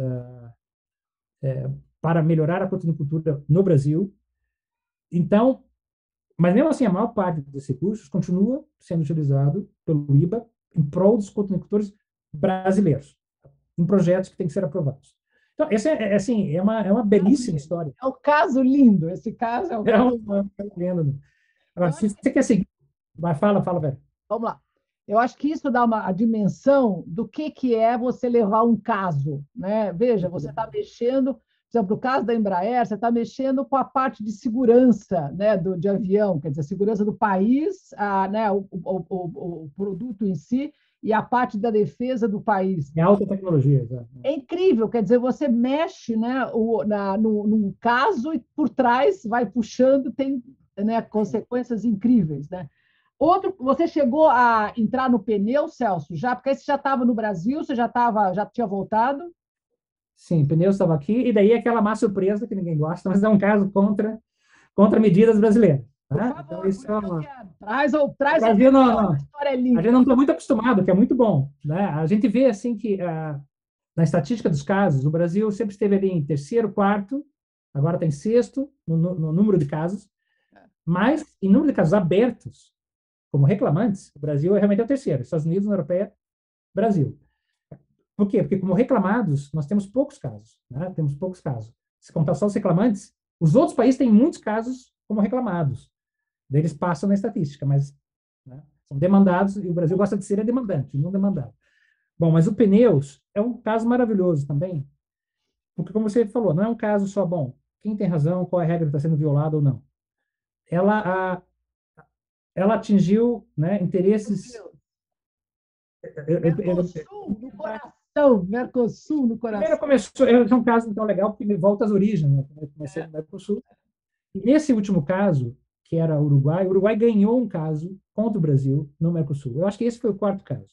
para melhorar a cotonicultura no Brasil. Então, mas mesmo assim, a maior parte desses recursos continua sendo utilizado pelo IBA em prol dos cotonicultores brasileiros, em projetos que têm que ser aprovados. Então, essa assim, é uma belíssima história. É um caso lindo, esse caso é um caso lindo. Agora, se você quer seguir, fala, velho. Vamos lá. Eu acho que isso dá a dimensão do que é você levar um caso. Né? Veja, você está mexendo, por exemplo, no caso da Embraer, você está mexendo com a parte de segurança, né, de avião, quer dizer, a segurança do país, né, o produto em si, e a parte da defesa do país. É alta tecnologia. Já. É incrível, quer dizer, você mexe, né, num caso e por trás vai puxando, tem, né, consequências incríveis. Né? Você chegou a entrar no pneu, Celso, já? Porque aí você já estava no Brasil, você já tinha voltado? Sim, pneu estava aqui, e daí aquela má surpresa que ninguém gosta, mas é um caso contra medidas brasileiras. Né? Por favor, então, isso é uma... Traz Brasil uma história a gente não está muito acostumado, que é muito bom. Né? A gente vê assim que na estatística dos casos, o Brasil sempre esteve ali em terceiro, quarto, agora está em sexto no número de casos, mas em número de casos abertos, como reclamantes, o Brasil realmente é o terceiro. Estados Unidos, União Europeia, Brasil. Por quê? Porque como reclamados, nós temos poucos casos. Né? Temos poucos casos. Se contar só os reclamantes, os outros países têm muitos casos como reclamados. Eles passam na estatística, mas né, são demandados, e o Brasil gosta de ser demandante, não demandado. Bom, mas o pneus é um caso maravilhoso também, porque, como você falou, não é um caso só, bom, quem tem razão, qual é a regra que está sendo violada ou não. Ela atingiu, né, interesses... Mercosul no coração, Mercosul no coração. Primeiro começou, é um caso então legal, porque volta às origens, né? Comecei no Mercosul. E nesse último caso, que era o Uruguai ganhou um caso contra o Brasil no Mercosul. Eu acho que esse foi o quarto caso.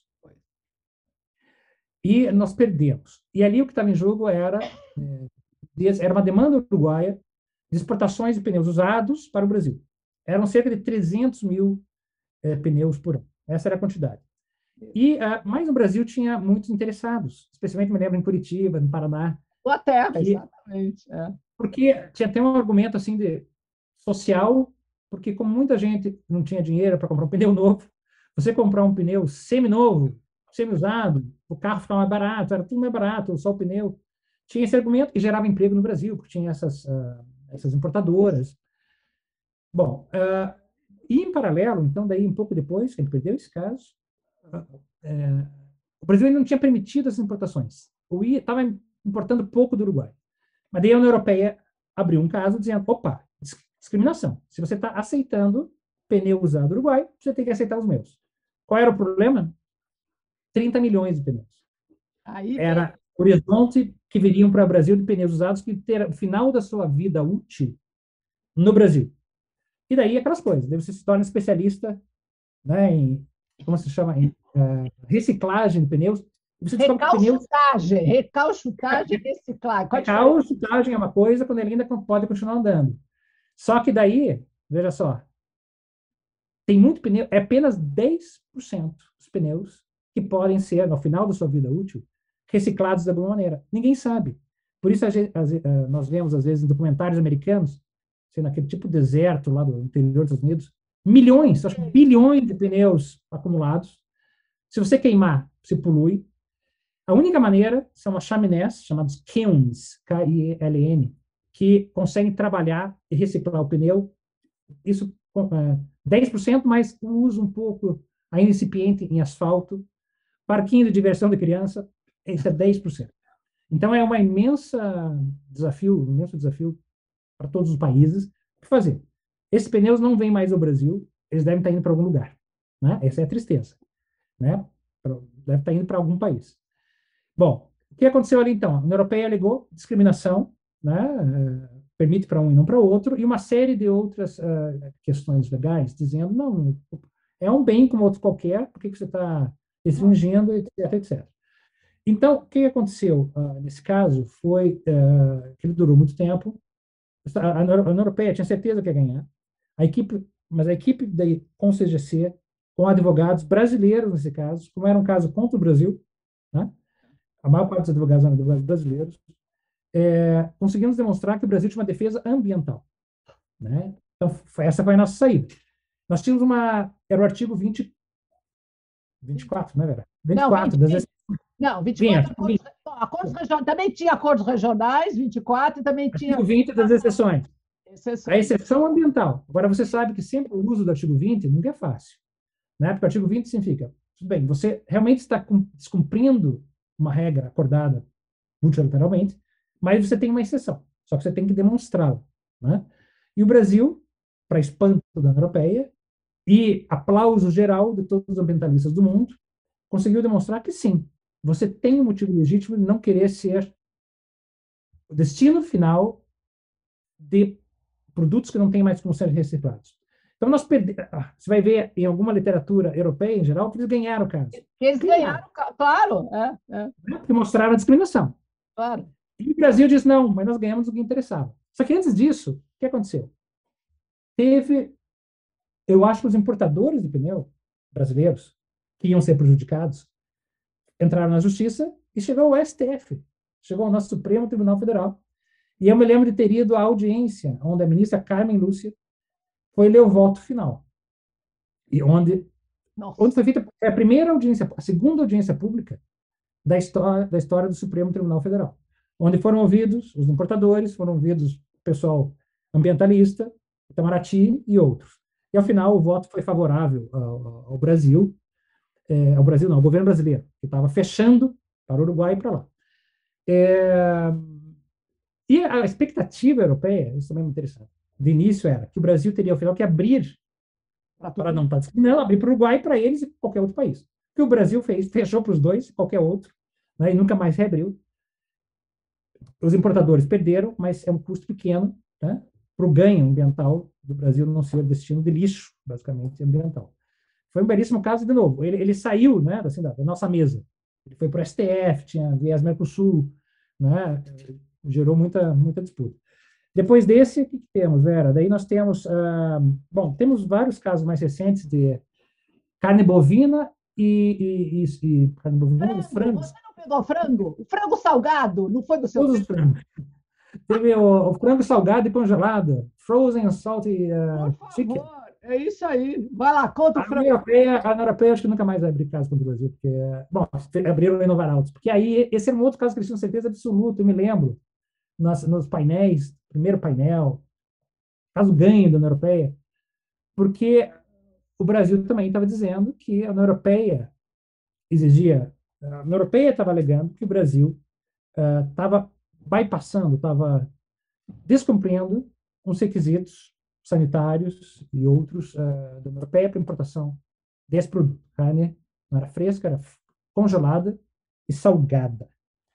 E nós perdemos. E ali o que estava em jogo era uma demanda uruguaia de exportações de pneus usados para o Brasil. Eram cerca de 300 mil pneus por ano. Essa era a quantidade. Mas no Brasil tinha muitos interessados, especialmente me lembro em Curitiba, no Paraná, Tua terra, que, exatamente. É. porque tinha até um argumento assim de social, porque como muita gente não tinha dinheiro para comprar um pneu novo, você comprar um pneu semi-novo, semi-usado, o carro ficava mais barato, era tudo mais barato, só o pneu. Tinha esse argumento que gerava emprego no Brasil, porque tinha essas importadoras. Bom, e em paralelo, então, daí um pouco depois, que a gente perdeu esse caso, é, o Brasil ainda não tinha permitido as importações. O IA estava importando pouco do Uruguai. Mas daí a União Europeia abriu um caso dizendo, opa, discriminação. Se você está aceitando pneu usado do Uruguai, você tem que aceitar os meus. Qual era o problema? 30 milhões de pneus. Aí vem. Era o horizonte que viriam para o Brasil de pneus usados que ter o final da sua vida útil no Brasil. E daí aquelas coisas. Daí você se torna especialista, né, em, como se chama, em reciclagem de pneus. Você descobre que pneus. Recalchutagem e reciclagem. Qual a diferença? Recalchutagem é uma coisa quando ele ainda pode continuar andando. Só que daí, veja só, tem muito pneu, é apenas 10% dos pneus que podem ser, no final da sua vida útil, reciclados de alguma maneira. Ninguém sabe. Por isso, nós vemos, às vezes, em documentários americanos, sendo aquele tipo de deserto lá do interior dos Estados Unidos, milhões, acho que bilhões de pneus acumulados. Se você queimar, você polui. A única maneira são as chaminés, chamadas kilns, K-I-L-N, que conseguem trabalhar e reciclar o pneu. Isso 10%, mas uso um pouco ainda incipiente em asfalto. Parquinho de diversão de criança, isso é 10%. Então, é um imenso desafio para todos os países. O que fazer? Esses pneus não vêm mais ao Brasil, eles devem estar indo para algum lugar. Né? Essa é a tristeza. Né? Deve estar indo para algum país. Bom, o que aconteceu ali então? A União Europeia alegou discriminação, né? Permite para um e não para outro, e uma série de outras questões legais, dizendo, não, é um bem como outro qualquer, por que você está restringindo, etc, etc. Então, o que aconteceu nesse caso foi que ele durou muito tempo, a União Europeia tinha certeza que ia ganhar, mas a equipe com o CGC, com advogados brasileiros nesse caso, como era um caso contra o Brasil, né? A maior parte dos advogados eram advogados brasileiros, conseguimos demonstrar que o Brasil tinha uma defesa ambiental. Né? Então, essa foi a nossa saída. Nós tínhamos era o artigo 24, né, Vera? 24 não, das 20, não, 24 20, acordos regionais, também tinha acordos regionais, 24, e também tinha artigo 20 das exceções. A exceções. exceção ambiental. Agora, você sabe que sempre o uso do artigo 20 nunca é fácil. Né? Porque o artigo 20 significa, tudo bem, você realmente está descumprindo uma regra acordada multilateralmente, mas você tem uma exceção. Só que você tem que demonstrá-la. Né? E o Brasil, para espanto da União Europeia, e aplauso geral de todos os ambientalistas do mundo, conseguiu demonstrar que sim, você tem um motivo legítimo de não querer ser o destino final de produtos que não têm mais como ser reciclados. Então, você vai ver em alguma literatura europeia, em geral, que eles ganharam o caso. Eles ganharam, claro. Porque mostraram a discriminação. Claro. E o Brasil disse, não, mas nós ganhamos o que interessava. Só que antes disso, o que aconteceu? Eu acho que os importadores de pneu brasileiros, que iam ser prejudicados, entraram na justiça e chegou ao STF, chegou ao nosso Supremo Tribunal Federal. E eu me lembro de ter ido à audiência, onde a ministra Carmen Lúcia foi ler o voto final. E onde foi feita a primeira audiência, a segunda audiência pública da história do Supremo Tribunal Federal, onde foram ouvidos os importadores, foram ouvidos o pessoal ambientalista, Itamaraty e outros. E, ao final, o voto foi favorável ao Brasil, ao Brasil não, ao governo brasileiro, que estava fechando para o Uruguai e para lá. E a expectativa europeia, isso também é muito interessante, de início era que o Brasil teria, ao final, que abrir para não estar discriminando, abrir para o Uruguai, para eles e qualquer outro país. O que o Brasil fez, fechou para os dois, qualquer outro, né, e nunca mais reabriu. Os importadores perderam, mas é um custo pequeno, né, para o ganho ambiental do Brasil não ser destino de lixo, basicamente, ambiental. Foi um belíssimo caso, de novo. Ele saiu, né, assim, da nossa mesa. Ele foi para o STF, tinha viés Mercosul, né, gerou muita disputa. Depois desse, o que temos, Vera? Daí nós temos, temos vários casos mais recentes de carne bovina carne bovina, os Frango, frangos, você não pegou frango? O frango salgado, não foi do seu todos tempo? os frangos. Teve o frango salgado e congelado, frozen and salty Por chicken. favor, é isso aí. Vai lá, conta o frango. A União Europeia acho que nunca mais vai abrir caso contra o Brasil, porque, bom, abriram em Nova Arautos, porque aí esse era um outro caso que eles tinham certeza absoluta, eu me lembro, nos painéis, primeiro painel, caso ganho da União Europeia, porque o Brasil também estava dizendo que a União Europeia exigia, a União Europeia estava alegando que o Brasil estava bypassando, estava descumprindo uns requisitos sanitários e outros da União Europeia para importação desse produto. Carne não era fresca, era congelada e salgada.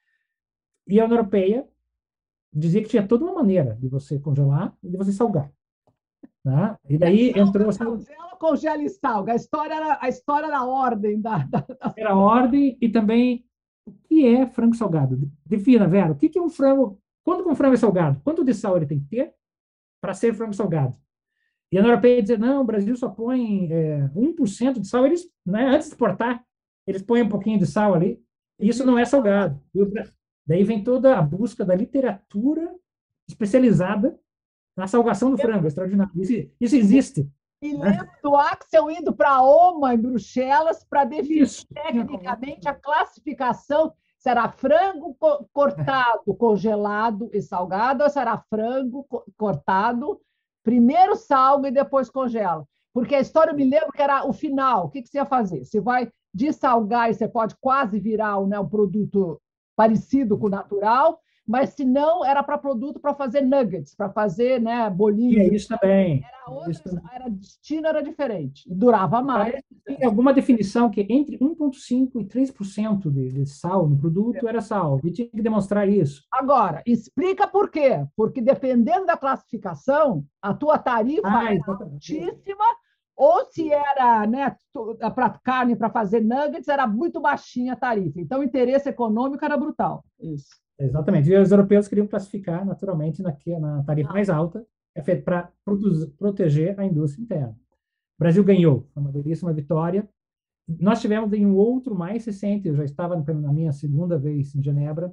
E a União Europeia dizia que tinha toda uma maneira de você congelar e de você salgar. Né? E daí entrou assim, Congela, congela e salga. A história era a ordem era a ordem e também o que é frango salgado? Defina, Vera, o que é um frango? Quando que um frango é salgado? Quanto de sal ele tem que ter para ser frango salgado? E a União Europeia dizer, não, o Brasil só põe 1% de sal. Eles, né, antes de exportar, eles põem um pouquinho de sal ali. E isso não é salgado. Daí vem toda a busca da literatura especializada na salgação do frango, extraordinário. Isso existe. E Né? lembro do Axel indo para a OMA em Bruxelas para definir Isso. tecnicamente a classificação se era frango cortado, congelado e salgado, ou se era frango cortado, primeiro salga e depois congela. Porque a história eu me lembro que era o final. O que você ia fazer? Você vai dessalgar e você pode quase virar né, um produto parecido com o natural, mas se não, era para produto para fazer nuggets, para fazer né, E é bolinhos. isso também. Era outra, era destino era diferente, e durava mais. Tem alguma definição que entre 1,5% e 3% de sal no produto era sal. E tinha que demonstrar isso. Agora, explica por quê. Porque dependendo da classificação, a tua tarifa era altíssima, ou se era né, para carne para fazer nuggets, era muito baixinha a tarifa. Então, o interesse econômico era brutal. Isso. Exatamente. E os europeus queriam classificar naturalmente na tarifa mais alta, é feito para proteger a indústria interna. O Brasil ganhou, foi uma belíssima vitória. Nós tivemos em um outro mais recente, eu já estava na minha segunda vez em Genebra,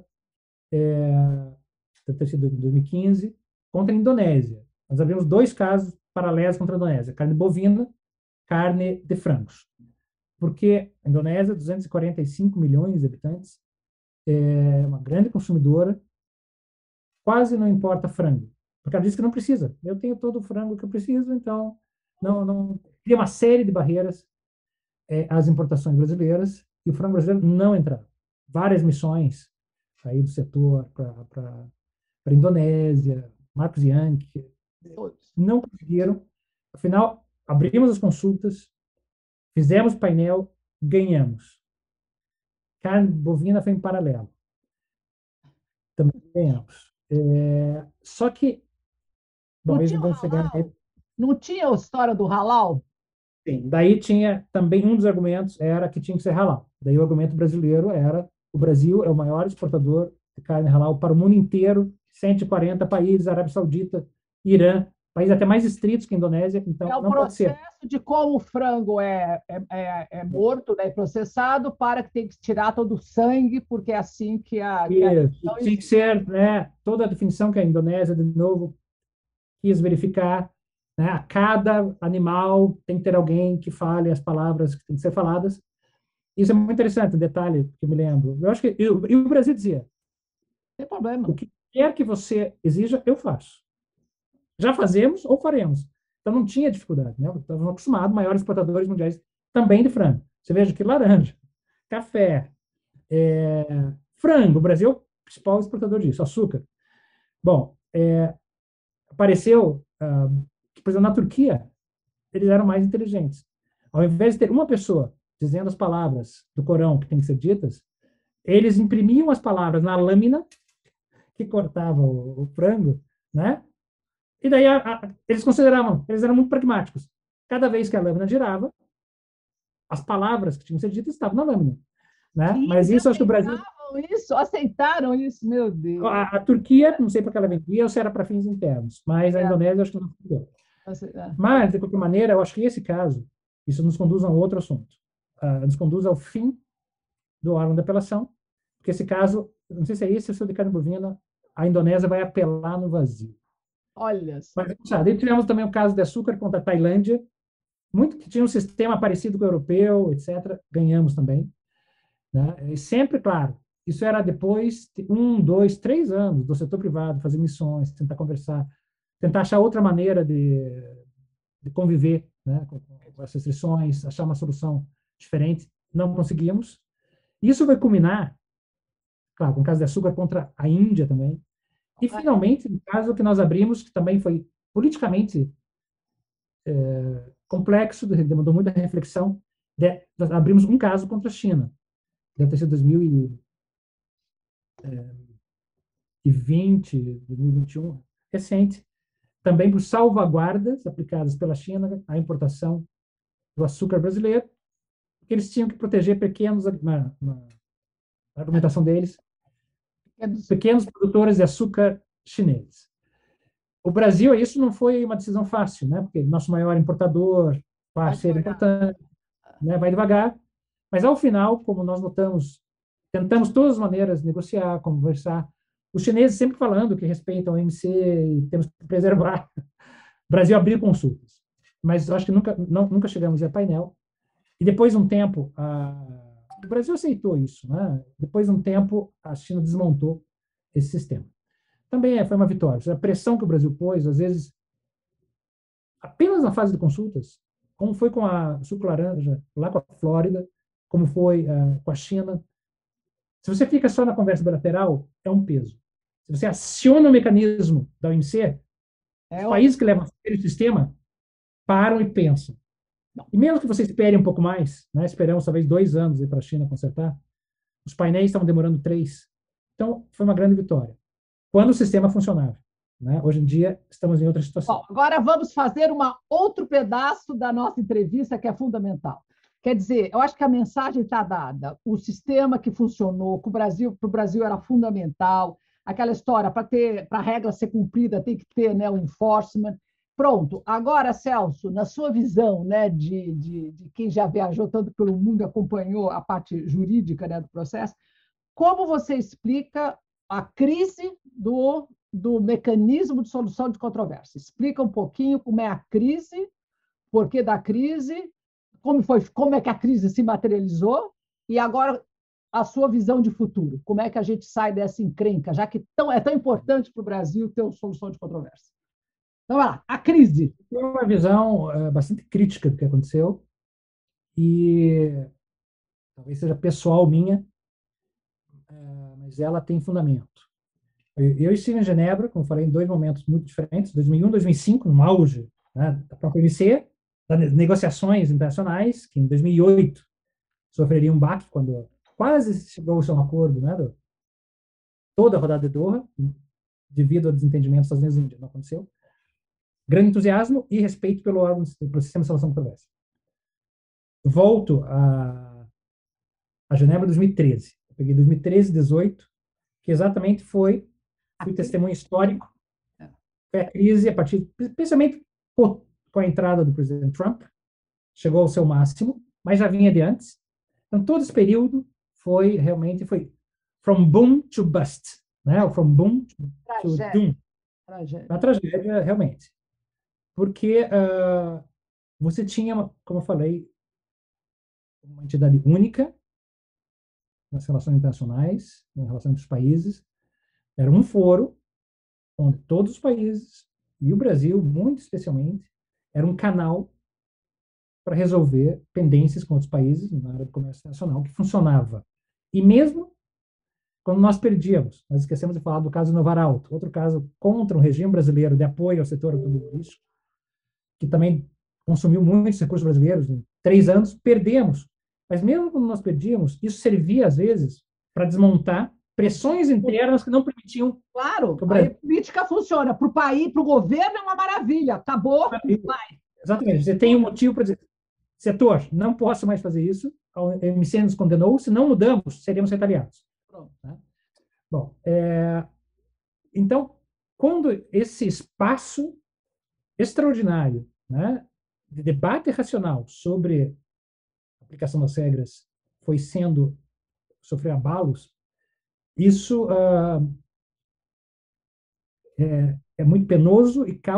deve ter sido em 2015, contra a Indonésia. Nós abrimos dois casos paralelos contra a Indonésia: carne bovina, carne de frangos. Porque a Indonésia, 245 milhões de habitantes, é uma grande consumidora, quase não importa frango, porque ela diz que não precisa. Eu tenho todo o frango que eu preciso, então não cria uma série de barreiras às importações brasileiras e o frango brasileiro não entrava. Várias missões aí do setor para a Indonésia, Marcos Yankee, não conseguiram. Afinal, abrimos as consultas, fizemos painel, ganhamos. Carne bovina foi em paralelo. Também ganhamos. Só que, bom, eles vão chegar. Não tinha a história do halal? Sim, daí tinha também um dos argumentos era que tinha que ser halal. Daí o argumento brasileiro era o Brasil é o maior exportador de carne halal para o mundo inteiro, 140 países, Arábia Saudita, Irã, países até mais estritos que a Indonésia, então não pode ser. É o processo de como o frango é morto, né, processado, para que tem que tirar todo o sangue, porque é assim que a... Tinha que ser, né, toda a definição que a Indonésia, de novo, quis verificar, né, a cada animal tem que ter alguém que fale as palavras que têm que ser faladas. Isso é muito interessante, um detalhe que eu me lembro. Eu acho que e o Brasil dizia: tem problema. O que quer que você exija, eu faço. Já fazemos ou faremos. Então não tinha dificuldade, né? Estávamos acostumados, maiores exportadores mundiais também de frango. Você veja que laranja, café, frango, o Brasil é o principal exportador disso, açúcar. Bom, apareceu, por exemplo, na Turquia, eles eram mais inteligentes. Ao invés de ter uma pessoa dizendo as palavras do Corão que têm que ser ditas, eles imprimiam as palavras na lâmina que cortava o frango, né? E daí eles consideravam, eles eram muito pragmáticos. Cada vez que a lâmina girava, as palavras que tinham que ser ditas estavam na lâmina, né? Sim, mas isso acho que o Brasil aceitaram isso, meu Deus. A Turquia, não sei para que ela vendia ou se era para fins internos, mas a Indonésia acho que não vendeu. Mas, de qualquer maneira, eu acho que esse caso, isso nos conduz a um outro assunto. nos conduz ao fim do órgão de apelação, porque esse caso, não sei se é esse ou se é o de carne bovina, a Indonésia vai apelar no vazio. Olha só. Mas, sabe, tivemos também o caso de açúcar contra a Tailândia, muito que tinha um sistema parecido com o europeu, etc. Ganhamos também. Né? E sempre, claro, isso era depois de 1, 2, 3 anos do setor privado fazer missões, tentar conversar, tentar achar outra maneira de conviver, né, com as restrições, achar uma solução diferente. Não conseguimos. Isso vai culminar, claro, com o caso de açúcar contra a Índia também. E, finalmente, o caso que nós abrimos, que também foi politicamente complexo, demandou muita reflexão, nós abrimos um caso contra a China. Deve ter sido 2020, 2021, recente, também por salvaguardas aplicadas pela China à importação do açúcar brasileiro, porque eles tinham que proteger pequenos, na argumentação deles, pequenos produtores de açúcar chineses. O Brasil, isso não foi uma decisão fácil, né? Porque nosso maior importador, parceiro importante, né? Vai devagar, mas ao final, como nós notamos, tentamos todas as maneiras negociar, conversar, os chineses sempre falando que respeitam a OMC e temos que preservar. O Brasil abriu consultas, mas eu acho que nunca chegamos a painel. E depois de um tempo, o Brasil aceitou isso, né? Depois de um tempo, a China desmontou esse sistema. Também foi uma vitória. A pressão que o Brasil pôs, às vezes, apenas na fase de consultas, como foi com a suco laranja, lá com a Flórida, como foi com a China. Se você fica só na conversa bilateral, é um peso. Se você aciona o mecanismo da OMC, os países que levam a sério o sistema param e pensam. E mesmo que você espere um pouco mais, né, esperamos talvez 2 anos para a China consertar, os painéis estavam demorando 3. Então, foi uma grande vitória. Quando o sistema funcionava. Né? Hoje em dia, estamos em outra situação. Bom, agora vamos fazer outro pedaço da nossa entrevista que é fundamental. Quer dizer, eu acho que a mensagem está dada. O sistema que funcionou para o Brasil era fundamental. Aquela história, para a regra ser cumprida, tem que ter, né, o enforcement. Pronto. Agora, Celso, na sua visão, né, de quem já viajou tanto pelo mundo e acompanhou a parte jurídica, né, do processo, como você explica a crise do mecanismo de solução de controvérsia? Explica um pouquinho como é a crise, porquê da crise, como é que a crise se materializou e agora a sua visão de futuro. Como é que a gente sai dessa encrenca, já que é tão importante para o Brasil ter uma solução de controvérsia? Então, vai lá, a crise. Tem uma visão bastante crítica do que aconteceu e talvez seja pessoal minha, mas ela tem fundamento. Eu estive em Genebra, como falei, em 2 momentos muito diferentes, 2001 e 2005, no auge, né, da própria OMC, das negociações internacionais, que em 2008 sofreria um baque quando quase chegou-se a um acordo, né, toda a rodada de Doha, devido ao desentendimento dos Estados Unidos e Índia, não aconteceu. Grande entusiasmo e respeito pelo sistema de solução de controvérsia. Volto a Genebra 2013. Eu peguei 2013, 18, que exatamente fui testemunho histórico. Foi a crise a partir, especialmente com a entrada do presidente Trump, chegou ao seu máximo, mas já vinha de antes. Então, todo esse período foi from boom to bust, né? From boom to doom. Uma tragédia, realmente. Porque você tinha, como eu falei, uma entidade única nas relações internacionais, nas relações entre os países. Era um foro onde todos os países, e o Brasil, muito especialmente, era um canal para resolver pendências com outros países na área do comércio internacional, que funcionava. E mesmo quando nós perdíamos, nós esquecemos de falar do caso Novar Alto, outro caso contra um regime brasileiro de apoio ao setor automobilístico, que também consumiu muitos recursos brasileiros, em 3 anos, perdemos. Mas mesmo quando nós perdíamos, isso servia, às vezes, para desmontar pressões internas que não permitiam. Claro, a política funciona. Para o país, para o governo, é uma maravilha. Acabou, vai. Exatamente. Você tem um motivo para dizer, setor, não posso mais fazer isso, a OMC nos condenou, se não mudamos, seremos retaliados. Pronto, né? Bom, então, quando esse espaço extraordinário, né, de debate racional sobre a aplicação das regras foi sofreu abalos, isso é muito penoso e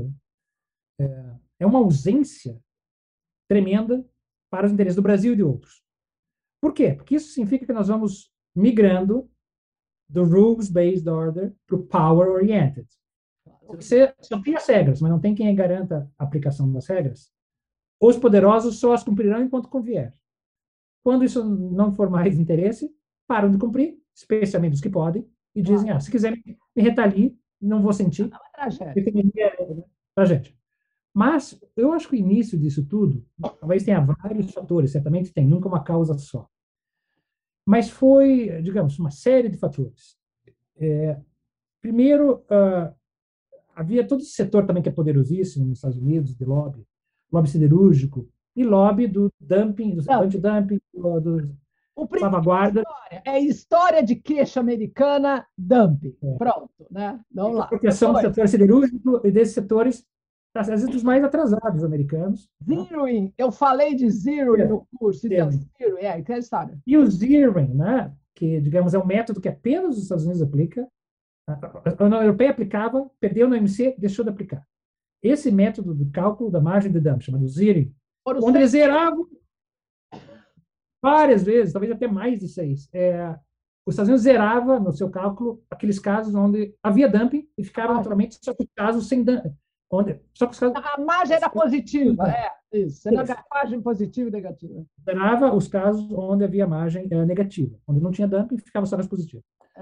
é uma ausência tremenda para os interesses do Brasil e de outros. Por quê? Porque isso significa que nós vamos migrando do rules-based order para o power-oriented. Se você só tem as regras, mas não tem quem garanta a aplicação das regras, os poderosos só as cumprirão enquanto convier. Quando isso não for mais interesse, param de cumprir, especialmente os que podem, e dizem, se quiser me retalie, não vou sentir. É uma tragédia. Mas eu acho que o início disso tudo, talvez tenha vários fatores, certamente tem, nunca uma causa só. Mas foi, digamos, uma série de fatores. Primeiro, havia todo esse setor também que é poderosíssimo nos Estados Unidos, de lobby siderúrgico, e lobby do dumping, do anti-dumping, do salvaguarda. É história de queixa americana, dumping. Pronto, né? Vamos lá. A proteção do setor siderúrgico e desses setores, às vezes, dos mais atrasados americanos. Zeroing, né? Eu falei de zeroing no curso. Zeroing, que é a história. E o zeroing, né, que, digamos, é um método que apenas os Estados Unidos aplica. A União Europeia aplicava, perdeu no MC, deixou de aplicar. Esse método de cálculo da margem de dumping, chamado zeroing, onde eles zeravam várias vezes, talvez até mais de 6. Os Estados Unidos zerava no seu cálculo aqueles casos onde havia dumping e ficaram naturalmente só os casos sem dumping. A margem era positiva, isso. Era a margem positiva e negativa. Zerava os casos onde havia margem negativa. Onde não tinha dumping, ficava só nas positivas.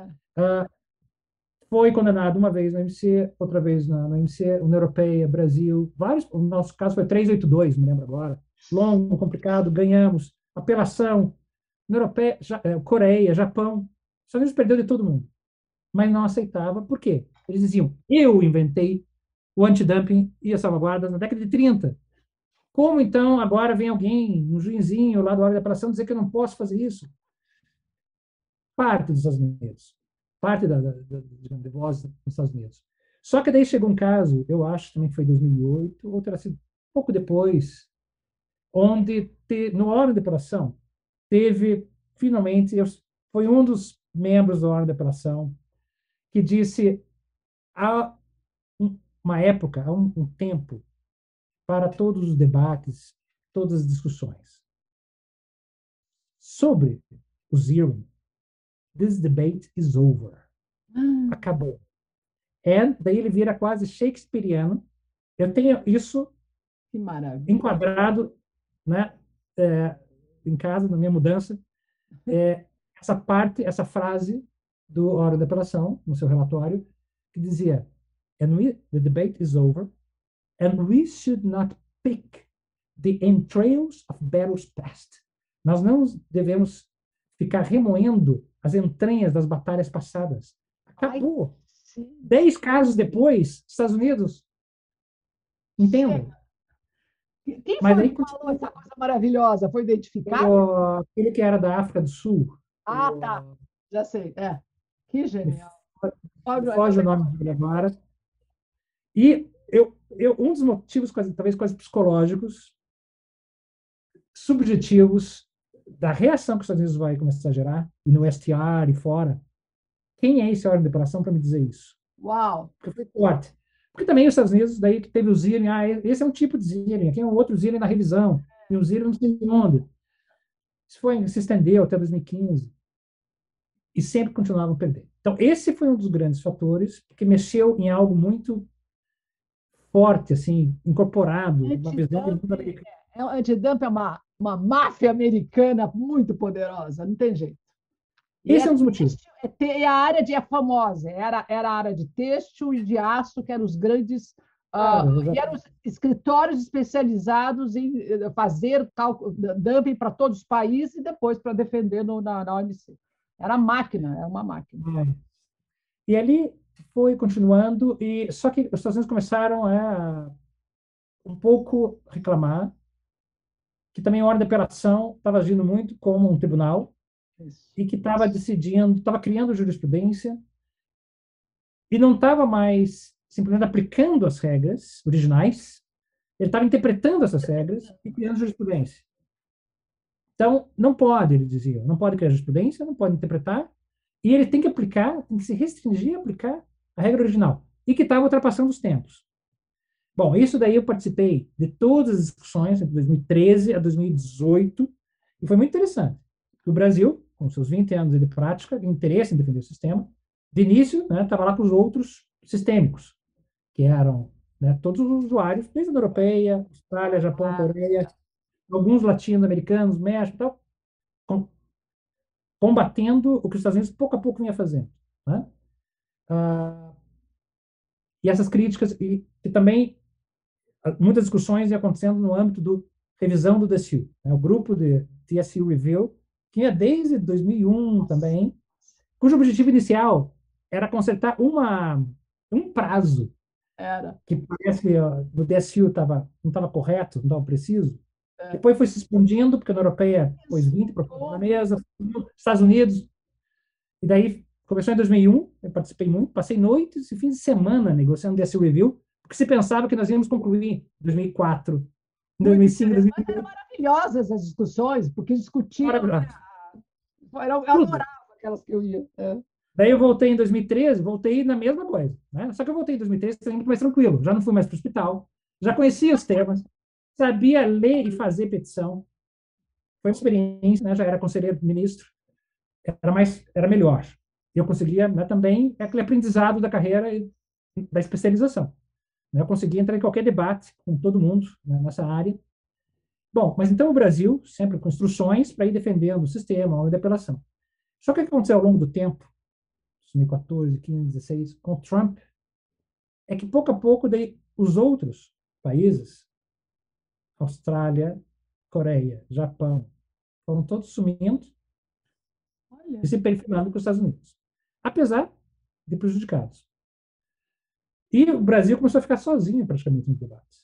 Foi condenado uma vez na MC, outra vez na MC, União Europeia, Brasil, vários. O nosso caso foi 382, me lembro agora. Longo, complicado, ganhamos. Apelação. União Europeia, Coreia, Japão. Os Estados Unidos perdeu de todo mundo. Mas não aceitava. Por quê? Eles diziam, eu inventei o antidumping e a salvaguarda na década de 30. Como, então, agora vem alguém, um juizinho lá do órgão de apelação, dizer que eu não posso fazer isso? Parte dos Estados Unidos. Parte da voz dos Estados Unidos. Só que daí chegou um caso, eu acho também que foi em 2008, ou terá sido pouco depois, onde, no órgão de apelação, teve, finalmente, foi um dos membros do órgão de apelação que disse, há uma época, há um tempo, para todos os debates, todas as discussões. Sobre o zeroing, this debate is over. Acabou. Daí ele vira quase shakespeariano. Eu tenho isso enquadrado, né, em casa, na minha mudança. Essa frase do órgão de apelação, no seu relatório, que dizia, the debate is over, and we should not pick the entrails of battles past. Nós não devemos ficar remoendo as entranhas das batalhas passadas. Acabou. 10 casos depois, Estados Unidos. Entendem? Quem foi que falou essa coisa maravilhosa? Foi identificado? Aquele que era da África do Sul. Tá. Já sei. Que genial. Foge o nome dele agora. E um dos motivos, talvez quase psicológicos, subjetivos, da reação que os Estados Unidos vai começar a gerar, e no STR e fora, quem é esse órgão de apelação para me dizer isso? Uau! Porque foi forte. Porque também os Estados Unidos, daí teve o zeroing, esse é um tipo de zeroing, aqui é um outro zeroing na revisão, e um zeroing não sei onde. Isso se estendeu até 2015. E sempre continuavam perdendo. Então, esse foi um dos grandes fatores, porque mexeu em algo muito forte, assim, incorporado, uma visão de mundo americano. O antidumping é uma máfia americana muito poderosa, não tem jeito. Esse é um dos motivos. A área é famosa, era a área de têxtil e de aço, que eram os grandes, que eram os escritórios especializados em fazer dumping para todos os países e depois para defender na OMC. Era máquina, é uma máquina. E ali foi continuando, só que os Estados Unidos começaram a um pouco reclamar que também a ordem de apelação estava agindo muito como um tribunal e que estava decidindo, estava criando jurisprudência e não estava mais simplesmente aplicando as regras originais, ele estava interpretando essas regras e criando jurisprudência. Então, não pode, ele dizia, não pode criar jurisprudência, não pode interpretar, e ele tem que aplicar, tem que se restringir a aplicar a regra original, e que estava ultrapassando os tempos. Bom, isso daí eu participei de todas as discussões, entre 2013 a 2018, e foi muito interessante. O Brasil, com seus 20 anos de prática, de interesse em defender o sistema, de início, estava lá com os outros sistêmicos, que eram todos os usuários, desde a União Europeia, Austrália, Japão, Coreia, alguns latino-americanos, México, tal, combatendo o que os Estados Unidos pouco a pouco vinha fazendo. Né? Ah, e essas críticas, e também muitas discussões iam acontecendo no âmbito do revisão do DSU. Né? O grupo de TSU Review, que é desde 2001 também, cujo objetivo inicial era consertar um prazo que parece que no DSU não estava correto, não estava preciso. Depois foi se expandindo, porque a União Europeia pôs 20 propostas na mesa, Estados Unidos, e daí começou em 2001, eu participei muito, passei noites e fins de semana negociando DSU Review, porque se pensava que nós íamos concluir em 2004, em 2005, 2008. Eram maravilhosas as discussões, porque discutiam. Eu Tudo. adorava aquelas que eu ia. Daí eu voltei em 2013, voltei na mesma coisa. Né? Só que eu voltei em 2013 muito mais tranquilo. Já não fui mais para o hospital, já conhecia os temas, sabia ler e fazer petição. Foi uma experiência, né? Já era conselheiro ministro, era melhor. Eu conseguia também aquele aprendizado da carreira e da especialização. Né? Eu conseguia entrar em qualquer debate com todo mundo nessa área. Bom, mas então o Brasil, sempre com instruções para ir defendendo o sistema, a ordem de apelação. Só que o que aconteceu ao longo do tempo, 2014, 15, 16, com o Trump, é que pouco a pouco daí, os outros países, Austrália, Coreia, Japão, foram todos sumindo e se perfilando com os Estados Unidos, apesar de prejudicados. E o Brasil começou a ficar sozinho praticamente nos debates.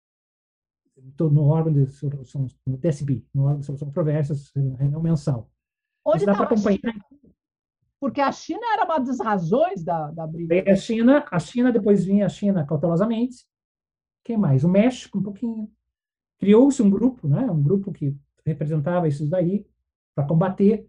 No órgão de solução, no TSB, no órgão de solução de controvérsias, reunião mensal. Onde Isso dá para acompanhar. Porque a China era uma das razões da briga. A China, depois vinha a China cautelosamente. Quem mais? O México, um pouquinho. Criou-se um grupo, né? Um grupo que representava isso daí, para combater.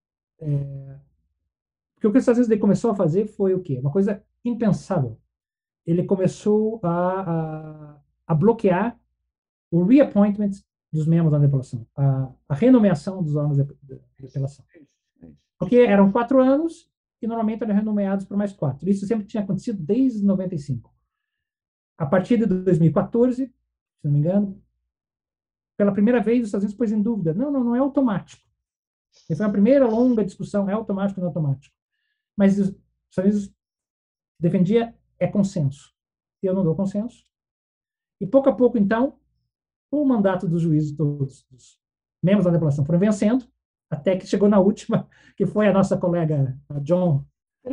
Porque o que os Estados Unidos começou a fazer foi o quê? Uma coisa impensável. Ele começou a bloquear o reappointment dos membros da apelação, a renomeação dos órgãos de apelação. Porque eram 4 anos e normalmente eram renomeados por mais 4. Isso sempre tinha acontecido desde 95. A partir de 2014, se não me engano, pela primeira vez os Estados Unidos pôs em dúvida. Não é automático. E foi a primeira longa discussão, é automático ou não é automático. Mas os Estados Unidos defendia consenso. Eu não dou consenso. E pouco a pouco, então, o mandato dos juízes, todos os membros da apelação foram vencendo, até que chegou na última, que foi a nossa colega a John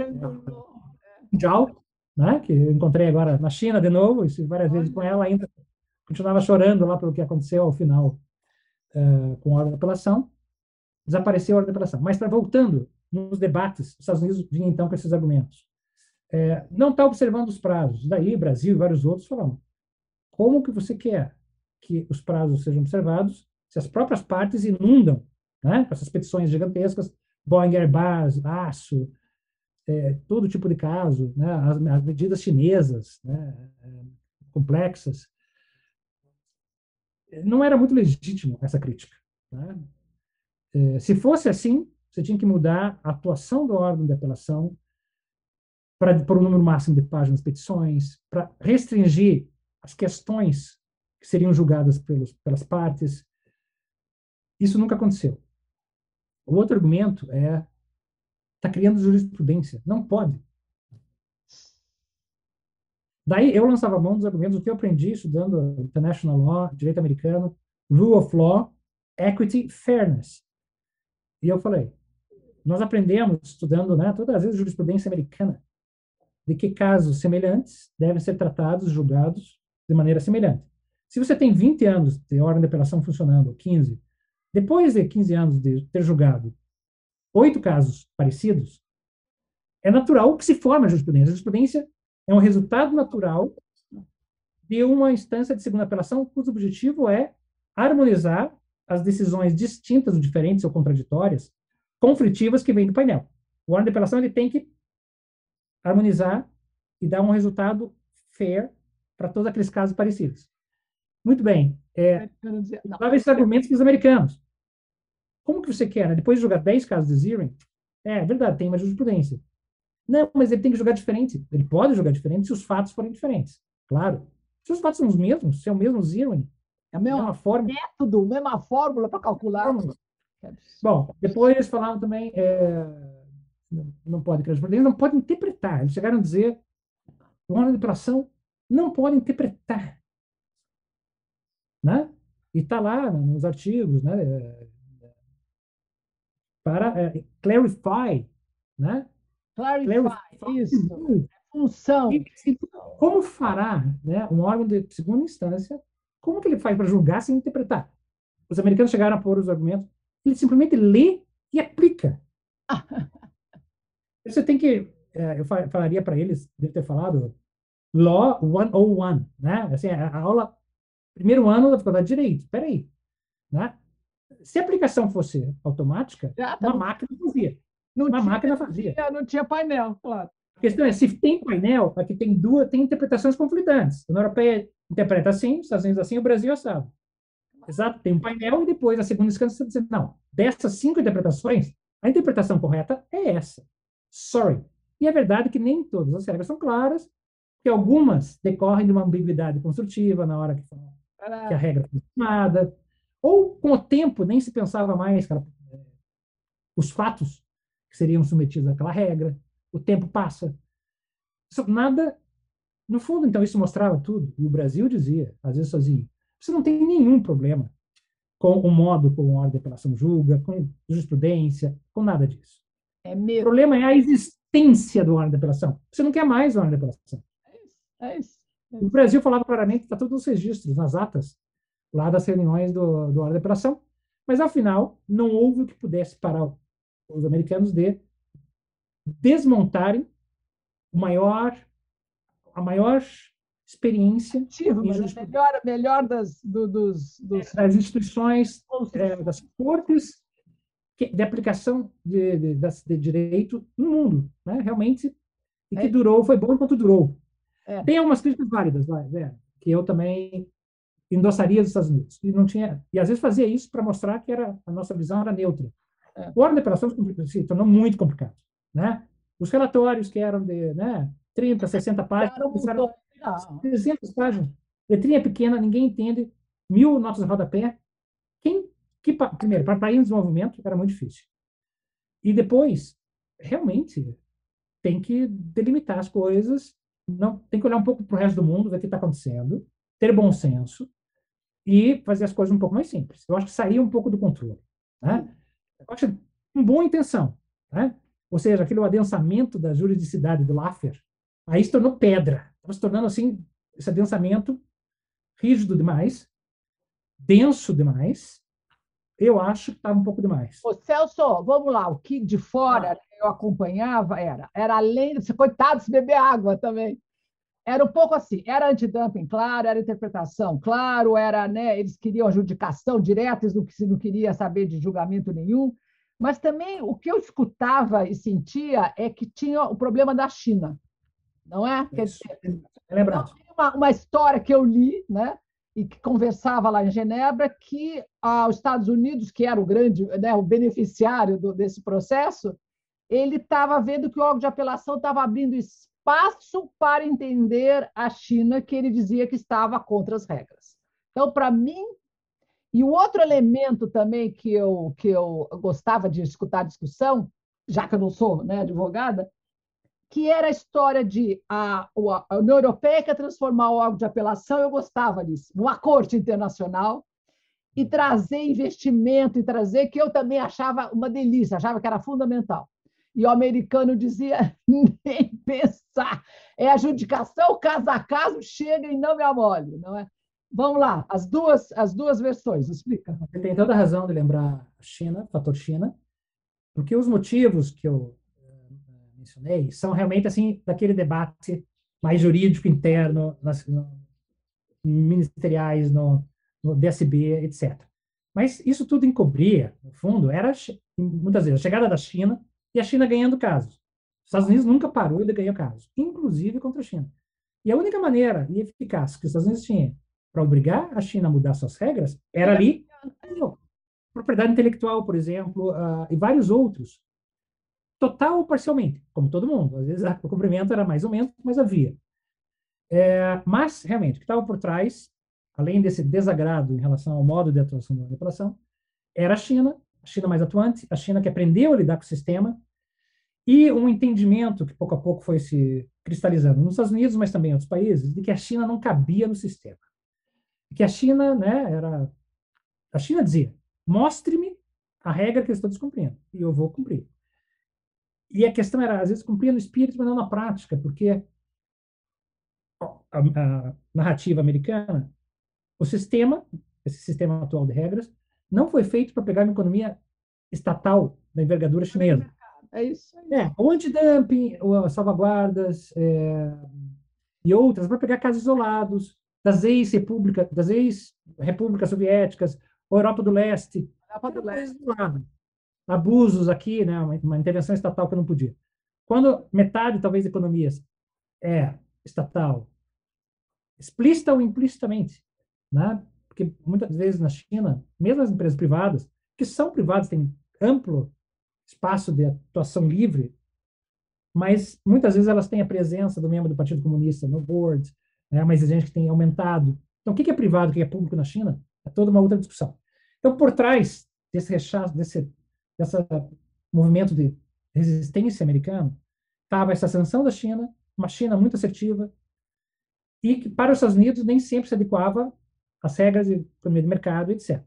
Zhao, né, que eu encontrei agora na China de novo, e várias vezes com ela, ainda continuava chorando lá pelo que aconteceu ao final com a ordem de apelação. Desapareceu a ordem de apelação. Mas, voltando nos debates, os Estados Unidos vinham então com esses argumentos. Não está observando os prazos. Daí, Brasil e vários outros falaram, como que você quer que os prazos sejam observados se as próprias partes inundam, né, com essas petições gigantescas, Boeing, Airbus, aço, todo tipo de caso, né, as medidas chinesas, né, complexas. Não era muito legítimo essa crítica. Né? Se fosse assim, você tinha que mudar a atuação do órgão de apelação para pôr um número máximo de páginas de petições, para restringir as questões que seriam julgadas pelas partes. Isso nunca aconteceu. O outro argumento está criando jurisprudência. Não pode. Daí eu lançava a mão dos argumentos, o que eu aprendi estudando International Law, Direito Americano, Rule of Law, Equity, Fairness. E eu falei, nós aprendemos estudando, todas as vezes, jurisprudência americana, de que casos semelhantes devem ser tratados, julgados de maneira semelhante. Se você tem 20 anos de ordem de apelação funcionando, 15, depois de 15 anos de ter julgado 8 casos parecidos, é natural que se forme a jurisprudência. A jurisprudência é um resultado natural de uma instância de segunda apelação cujo objetivo é harmonizar as decisões distintas ou diferentes ou contraditórias, conflitivas que vêm do painel. O órgão de apelação ele tem que harmonizar e dar um resultado fair para todos aqueles casos parecidos. Muito bem. Dava esses argumentos para os americanos. Como que você quer, né? Depois de jogar 10 casos de zeroing, é verdade, tem uma jurisprudência. Não, mas ele tem que jogar diferente. Ele pode jogar diferente se os fatos forem diferentes. Claro. Se os fatos são os mesmos, se é o mesmo zeroing, é a mesma forma, método, mesma fórmula para calcular. Bom, depois eles falaram também, não pode criar jurisprudência, não pode interpretar. Eles chegaram a dizer, o órgão de apelação não pode interpretar. Né? E está lá nos artigos, né? Para clarify, né? Clarify, isso. Função. Como fará, né, um órgão de segunda instância, como que ele faz para julgar sem interpretar? Os americanos chegaram a pôr os argumentos, ele simplesmente lê e aplica. Você tem que, eu falaria para eles, devo ter falado, Law 101, né? Assim, a aula, primeiro ano da faculdade de Direito. Espera aí, né? Se a aplicação fosse automática, uma máquina fazia. Máquina fazia. Não tinha painel, claro. A questão é, se tem painel, aqui tem interpretações conflitantes. A União Europeia interpreta assim, os Estados Unidos assim, o Brasil assado. Exato, tem um painel e depois a segunda instância você diz, não, dessas 5 interpretações, a interpretação correta é essa. Sorry. E é verdade que nem todas as regras são claras, que algumas decorrem de uma ambiguidade construtiva na hora que a regra foi tomada, ou com o tempo nem se pensava mais os fatos que seriam submetidos àquela regra, o tempo passa. Nada, no fundo, então, isso mostrava tudo. E o Brasil dizia, às vezes sozinho, você não tem nenhum problema com o modo como a ordem de apelação julga, com jurisprudência, com nada disso. O problema é a existência do ordem de apelação. Você não quer mais a ordem de apelação. É isso. O Brasil falava claramente, está tudo nos registros, nas atas, lá das reuniões do ordem de apelação, mas, ao final, não houve o que pudesse parar os americanos de desmontarem a maior experiência melhor das instituições, das cortes de aplicação de direito no mundo, né? Realmente, e que durou, foi bom enquanto durou. Tem algumas críticas válidas, que eu também endossaria dos Estados Unidos. E às vezes fazia isso para mostrar que a nossa visão era neutra. O órgão de apelação se tornou muito complicado. Né? Os relatórios que eram de 30, 60 páginas, começaram 300 páginas. Letrinha pequena, ninguém entende, 1000 notas de rodapé. Primeiro, para país em desenvolvimento, era muito difícil. E depois, realmente, tem que delimitar as coisas, tem que olhar um pouco para o resto do mundo, ver o que está acontecendo, ter bom senso e fazer as coisas um pouco mais simples. Eu acho que sair um pouco do controle. Né? Eu acho uma boa intenção. Né? Ou seja, aquele adensamento da juridicidade do Laffer, aí se tornou pedra. Estava se tornando, assim, esse adensamento rígido demais, denso demais. Eu acho que estava um pouco demais. Ô, Celso, vamos lá. O que de fora eu acompanhava era além de... Coitado, se beber água também. Era um pouco assim, era antidumping, claro, era interpretação, claro, era, eles queriam adjudicação direta, eles não queriam saber de julgamento nenhum, mas também o que eu escutava e sentia é que tinha o problema da China, não é? Quer dizer, lembrado. Uma história que eu li, e que conversava lá em Genebra, que os Estados Unidos, que era o grande, o beneficiário desse processo, ele estava vendo que o órgão de apelação estava abrindo espaço para entender a China, que ele dizia que estava contra as regras. Então, para mim, e o outro elemento também que eu gostava de escutar a discussão, já que eu não sou advogada, que era a história de a União Europeia quer transformar o órgão de apelação, eu gostava disso, numa corte internacional, e trazer investimento, e trazer, que eu também achava uma delícia, achava que era fundamental. E o americano dizia, nem pensar, é adjudicação, caso a caso, chega e não me amole, não é? Vamos lá, as duas versões, explica. Você tem toda a razão de lembrar a China, o fator China, porque os motivos que eu mencionei são realmente assim daquele debate mais jurídico interno, ministeriais, no DSB, etc. Mas isso tudo encobria, no fundo, era muitas vezes a chegada da China e a China ganhando casos. Os Estados Unidos nunca parou de ganhar casos, inclusive contra a China. E a única maneira e eficaz que os Estados Unidos tinham para obrigar a China a mudar suas regras era ali, propriedade intelectual, por exemplo, e vários outros, total ou parcialmente, como todo mundo. Às vezes o cumprimento era mais ou menos, mas havia. Mas, realmente, o que estava por trás, além desse desagrado em relação ao modo de atuação da manipulação, era a China mais atuante, a China que aprendeu a lidar com o sistema, e um entendimento que pouco a pouco foi se cristalizando nos Estados Unidos, mas também em outros países, de que a China não cabia no sistema. Que a China, né, a China dizia: mostre-me a regra que eu estou descumprindo, e eu vou cumprir. E a questão era, às vezes, cumprir no espírito, mas não na prática, porque a narrativa americana, o sistema, esse sistema atual de regras, não foi feito para pegar uma economia estatal da envergadura chinesa. É isso. É isso. O antidumping, as salvaguardas e outras, para pegar casos isolados das ex-repúblicas soviéticas, Europa do Leste, abusos aqui, né, uma intervenção estatal que não podia. Quando metade, talvez, de economias é estatal, explícita ou implicitamente, né? Porque muitas vezes na China, mesmo as empresas privadas, que são privadas, têm amplo espaço de atuação livre, mas muitas vezes elas têm a presença do membro do Partido Comunista no board, né? Uma exigência que tem aumentado. Então, o que é privado, o que é público na China, é toda uma outra discussão. Então, por trás desse rechaço, desse movimento de resistência americano, estava essa sanção da China, uma China muito assertiva, e que para os Estados Unidos nem sempre se adequava às regras de economia de mercado, etc.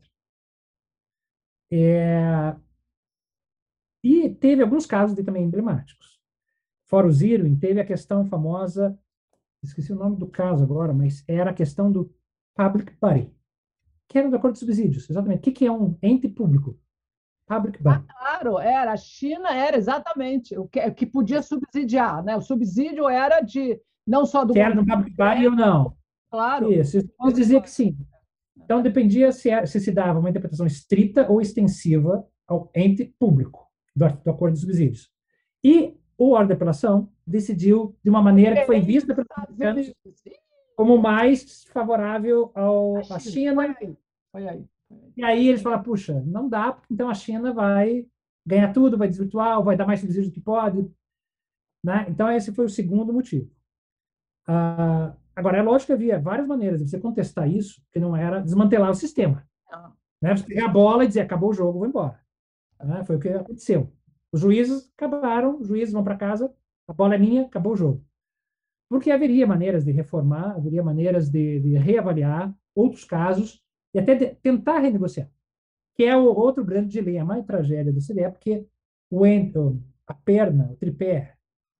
E teve alguns casos também emblemáticos. Fora o Zero, teve a questão famosa, esqueci o nome do caso agora, mas era a questão do public body, que era do acordo de subsídios, exatamente. O que é um ente público? Public body. Claro, a China era exatamente o que podia subsidiar, né? O subsídio era de não só do Se era no public body ou não. claro. Isso, eu dizia que sim. Então, dependia se dava uma interpretação estrita ou extensiva ao ente público do acordo de subsídios. E o órgão de apelação decidiu de uma maneira que foi vista pelos americanos como mais favorável à China. Foi aí. E aí eles falaram, puxa, não dá, porque então a China vai ganhar tudo, vai desvirtuar, vai dar mais subsídio do que pode. Né? Então, esse foi o segundo motivo. Agora, é lógico que havia várias maneiras de você contestar isso, que não era desmantelar o sistema. Né? Você pegar a bola e dizer, acabou o jogo, vou embora. Né? Foi o que aconteceu. Os juízes acabaram, os juízes vão para casa, a bola é minha, acabou o jogo. Porque haveria maneiras de reformar, haveria maneiras de reavaliar outros casos e até de tentar renegociar, que é o outro grande dilema e tragédia do CDE, porque a perna, o tripé,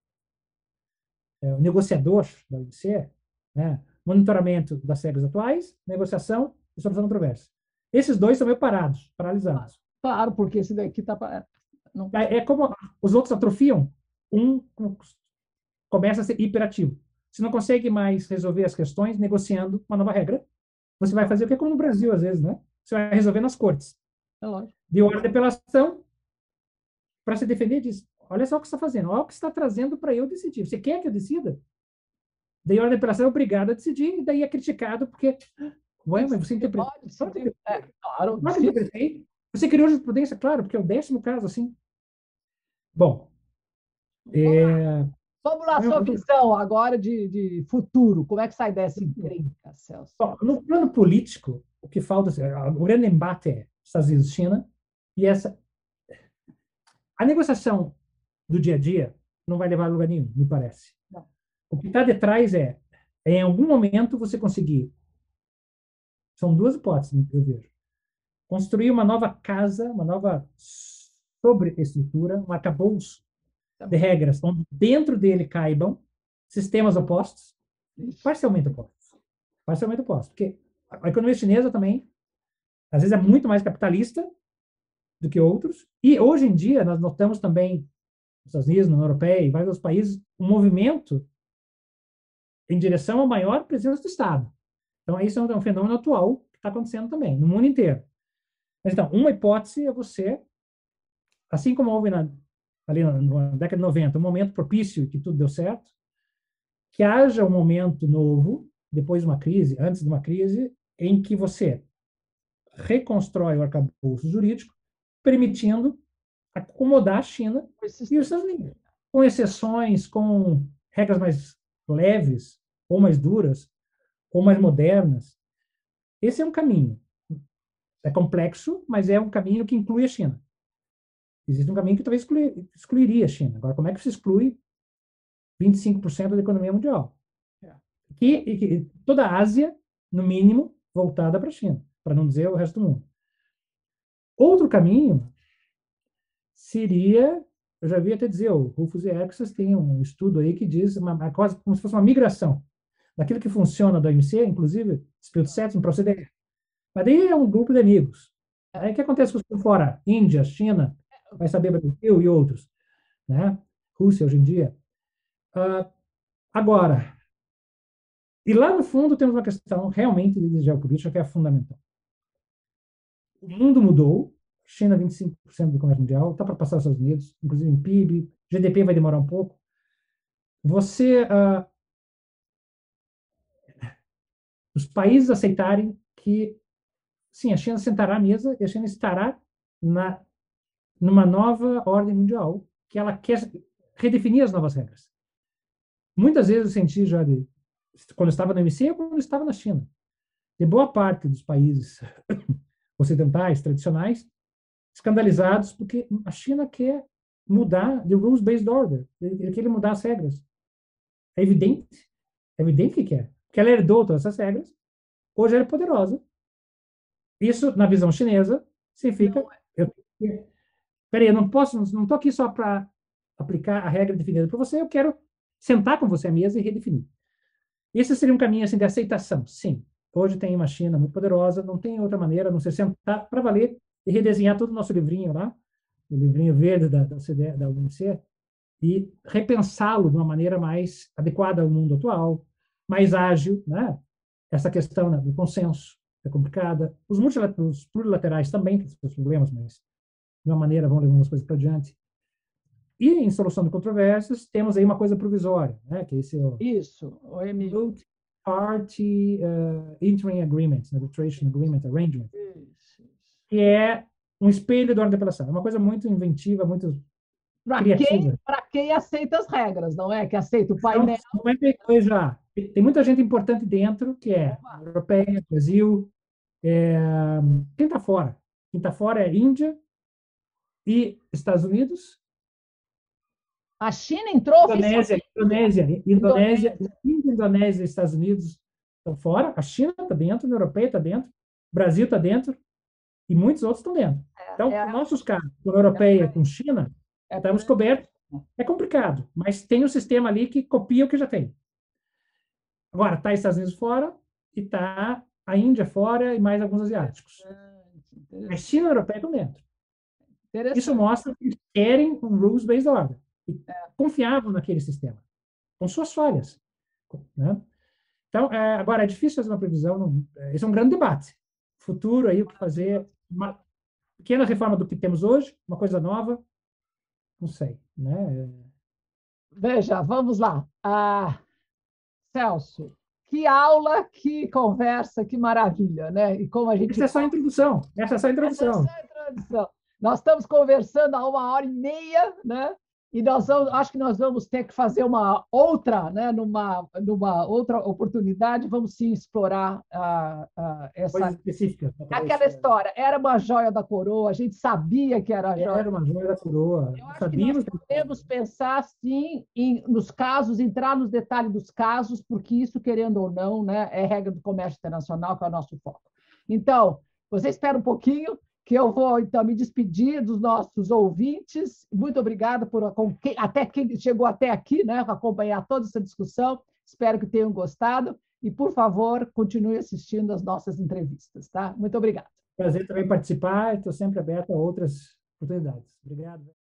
o negociador da OMC, né, monitoramento das regras atuais, negociação e solução controversa. Esses dois estão meio parados, paralisados. Claro, porque esse daqui está... Não... É como os outros atrofiam, um começa a ser hiperativo. Você não consegue mais resolver as questões negociando uma nova regra. Você vai fazer o que é como no Brasil, às vezes, né? Você vai resolver nas cortes. É lógico. De ordem de apelação, para se defender disso. Olha só o que você está fazendo, olha o que você está trazendo para eu decidir. Você quer que eu decida? Daí a ordem de apelação é obrigado a decidir, e daí é criticado porque... Ué, mas você interpretou... Claro. Você criou jurisprudência, claro, porque é o 10º caso, assim. Bom... Vamos lá, sua visão agora de futuro. Como é que sai dessa encrenca, Celso? Bom, no plano político, o que falta... O grande embate é Estados Unidos e China, e a negociação do dia a dia não vai levar a lugar nenhum, me parece. Não. O que está detrás em algum momento, você conseguir... São duas hipóteses, eu vejo. Construir uma nova casa, uma nova sobreestrutura, um arcabouço de regras, onde dentro dele caibam sistemas opostos, parcialmente opostos. Parcialmente opostos. Porque a economia chinesa também, às vezes, é muito mais capitalista do que outros. E, hoje em dia, nós notamos também, nos Estados Unidos, na União Europeia e vários outros países, um movimento em direção à maior presença do Estado. Então, isso é um fenômeno atual que está acontecendo também, no mundo inteiro. Mas então, uma hipótese é você, assim como houve ali na década de 90, um momento propício que tudo deu certo, que haja um momento novo, depois de uma crise, antes de uma crise, em que você reconstrói o arcabouço jurídico, permitindo acomodar a China e os Estados Unidos, com exceções, com regras mais leves, ou mais duras, ou mais modernas. Esse é um caminho. É complexo, mas é um caminho que inclui a China. Existe um caminho que talvez excluiria a China. Agora, como é que se exclui 25% da economia mundial? Que toda a Ásia, no mínimo, voltada para a China, para não dizer o resto do mundo. Outro caminho seria, eu já vi até dizer, o Rufus e Erxas tem um estudo aí que diz quase como se fosse uma migração daquilo que funciona do OMC, inclusive, Espírito Santo, para o OCDE. Mas daí é um grupo de amigos. Aí o que acontece com os por fora? Índia, China, vai saber Brasil e outros, né? Rússia hoje em dia. Agora, e lá no fundo temos uma questão realmente de geopolítica que é fundamental. O mundo mudou, China 25% do comércio mundial, está para passar os Estados Unidos, inclusive em PIB, GDP vai demorar um pouco. Você, os países aceitarem que, sim, a China sentará à mesa e a China estará numa nova ordem mundial, que ela quer redefinir as novas regras. Muitas vezes eu senti já, quando eu estava na OMC ou quando eu estava na China, de boa parte dos países ocidentais, tradicionais, escandalizados porque a China quer mudar the rules-based order, ele quer mudar as regras. É evidente que quer, porque ela herdou todas essas regras, hoje ela é poderosa. Isso, na visão chinesa, significa, peraí, eu não posso, não estou aqui só para aplicar a regra definida por você, eu quero sentar com você à mesa e redefinir. Esse seria um caminho assim de aceitação. Sim, hoje tem uma China muito poderosa, não tem outra maneira a não ser sentar para valer e redesenhar todo o nosso livrinho lá, o livrinho verde da UNC, e repensá-lo de uma maneira mais adequada ao mundo atual, mais ágil, né? Essa questão, né, do consenso é complicada. Os plurilaterais também têm seus problemas, mas de uma maneira vão levando as coisas para adiante. E em solução de controvérsias, temos aí uma coisa provisória, né? Que esse é o Isso, o Multi-Party Interim Agreement, Arbitration Agreement Arrangement, Isso. que é um espelho da ordem de apelação. É uma coisa muito inventiva, muito criativa. Para quem aceita as regras, não é? Que aceita o Então, painel. 92 já. Tem muita gente importante dentro, que é Europeia, Brasil. Quem está fora? Quem está fora é Índia e Estados Unidos. A China entrou oficialmente. Indonésia, Indonésia e Estados Unidos estão fora. A China está dentro, a União Europeia está dentro, o Brasil está dentro e muitos outros estão dentro. Então, nos nossos casos, com a Europeia com China, estamos cobertos. É complicado, mas tem um sistema ali que copia o que já tem. Agora, está Estados Unidos fora e está a Índia fora e mais alguns asiáticos. A China e a Europeia estão dentro. Isso mostra que eles querem um rules-based order. E confiavam naquele sistema, com suas falhas. Né? Então, agora, é difícil fazer uma previsão. Esse é um grande debate. Futuro, aí, o que fazer? Uma pequena reforma do que temos hoje, uma coisa nova, não sei. Né? Veja, vamos lá. Celso, que aula, que conversa, que maravilha, né? E como a gente. Essa é só a introdução. Essa é só a introdução. Nós estamos conversando há 1h30, né? E acho que nós vamos ter que fazer uma outra, né? Numa outra oportunidade, vamos sim explorar essa coisa específica. Aquela história, era uma joia da coroa, a gente sabia que era a joia. Era uma joia da coroa. Eu acho que nós podemos pensar, sim, nos casos, entrar nos detalhes dos casos, porque isso, querendo ou não, né, é regra do comércio internacional, que é o nosso foco. Então, você espera um pouquinho, que eu vou, então, me despedir dos nossos ouvintes. Muito obrigada até quem chegou até aqui, né, para acompanhar toda essa discussão. Espero que tenham gostado. E, por favor, continue assistindo as nossas entrevistas. Tá? Muito obrigada. Prazer também participar. Estou sempre aberto a outras oportunidades. Obrigado.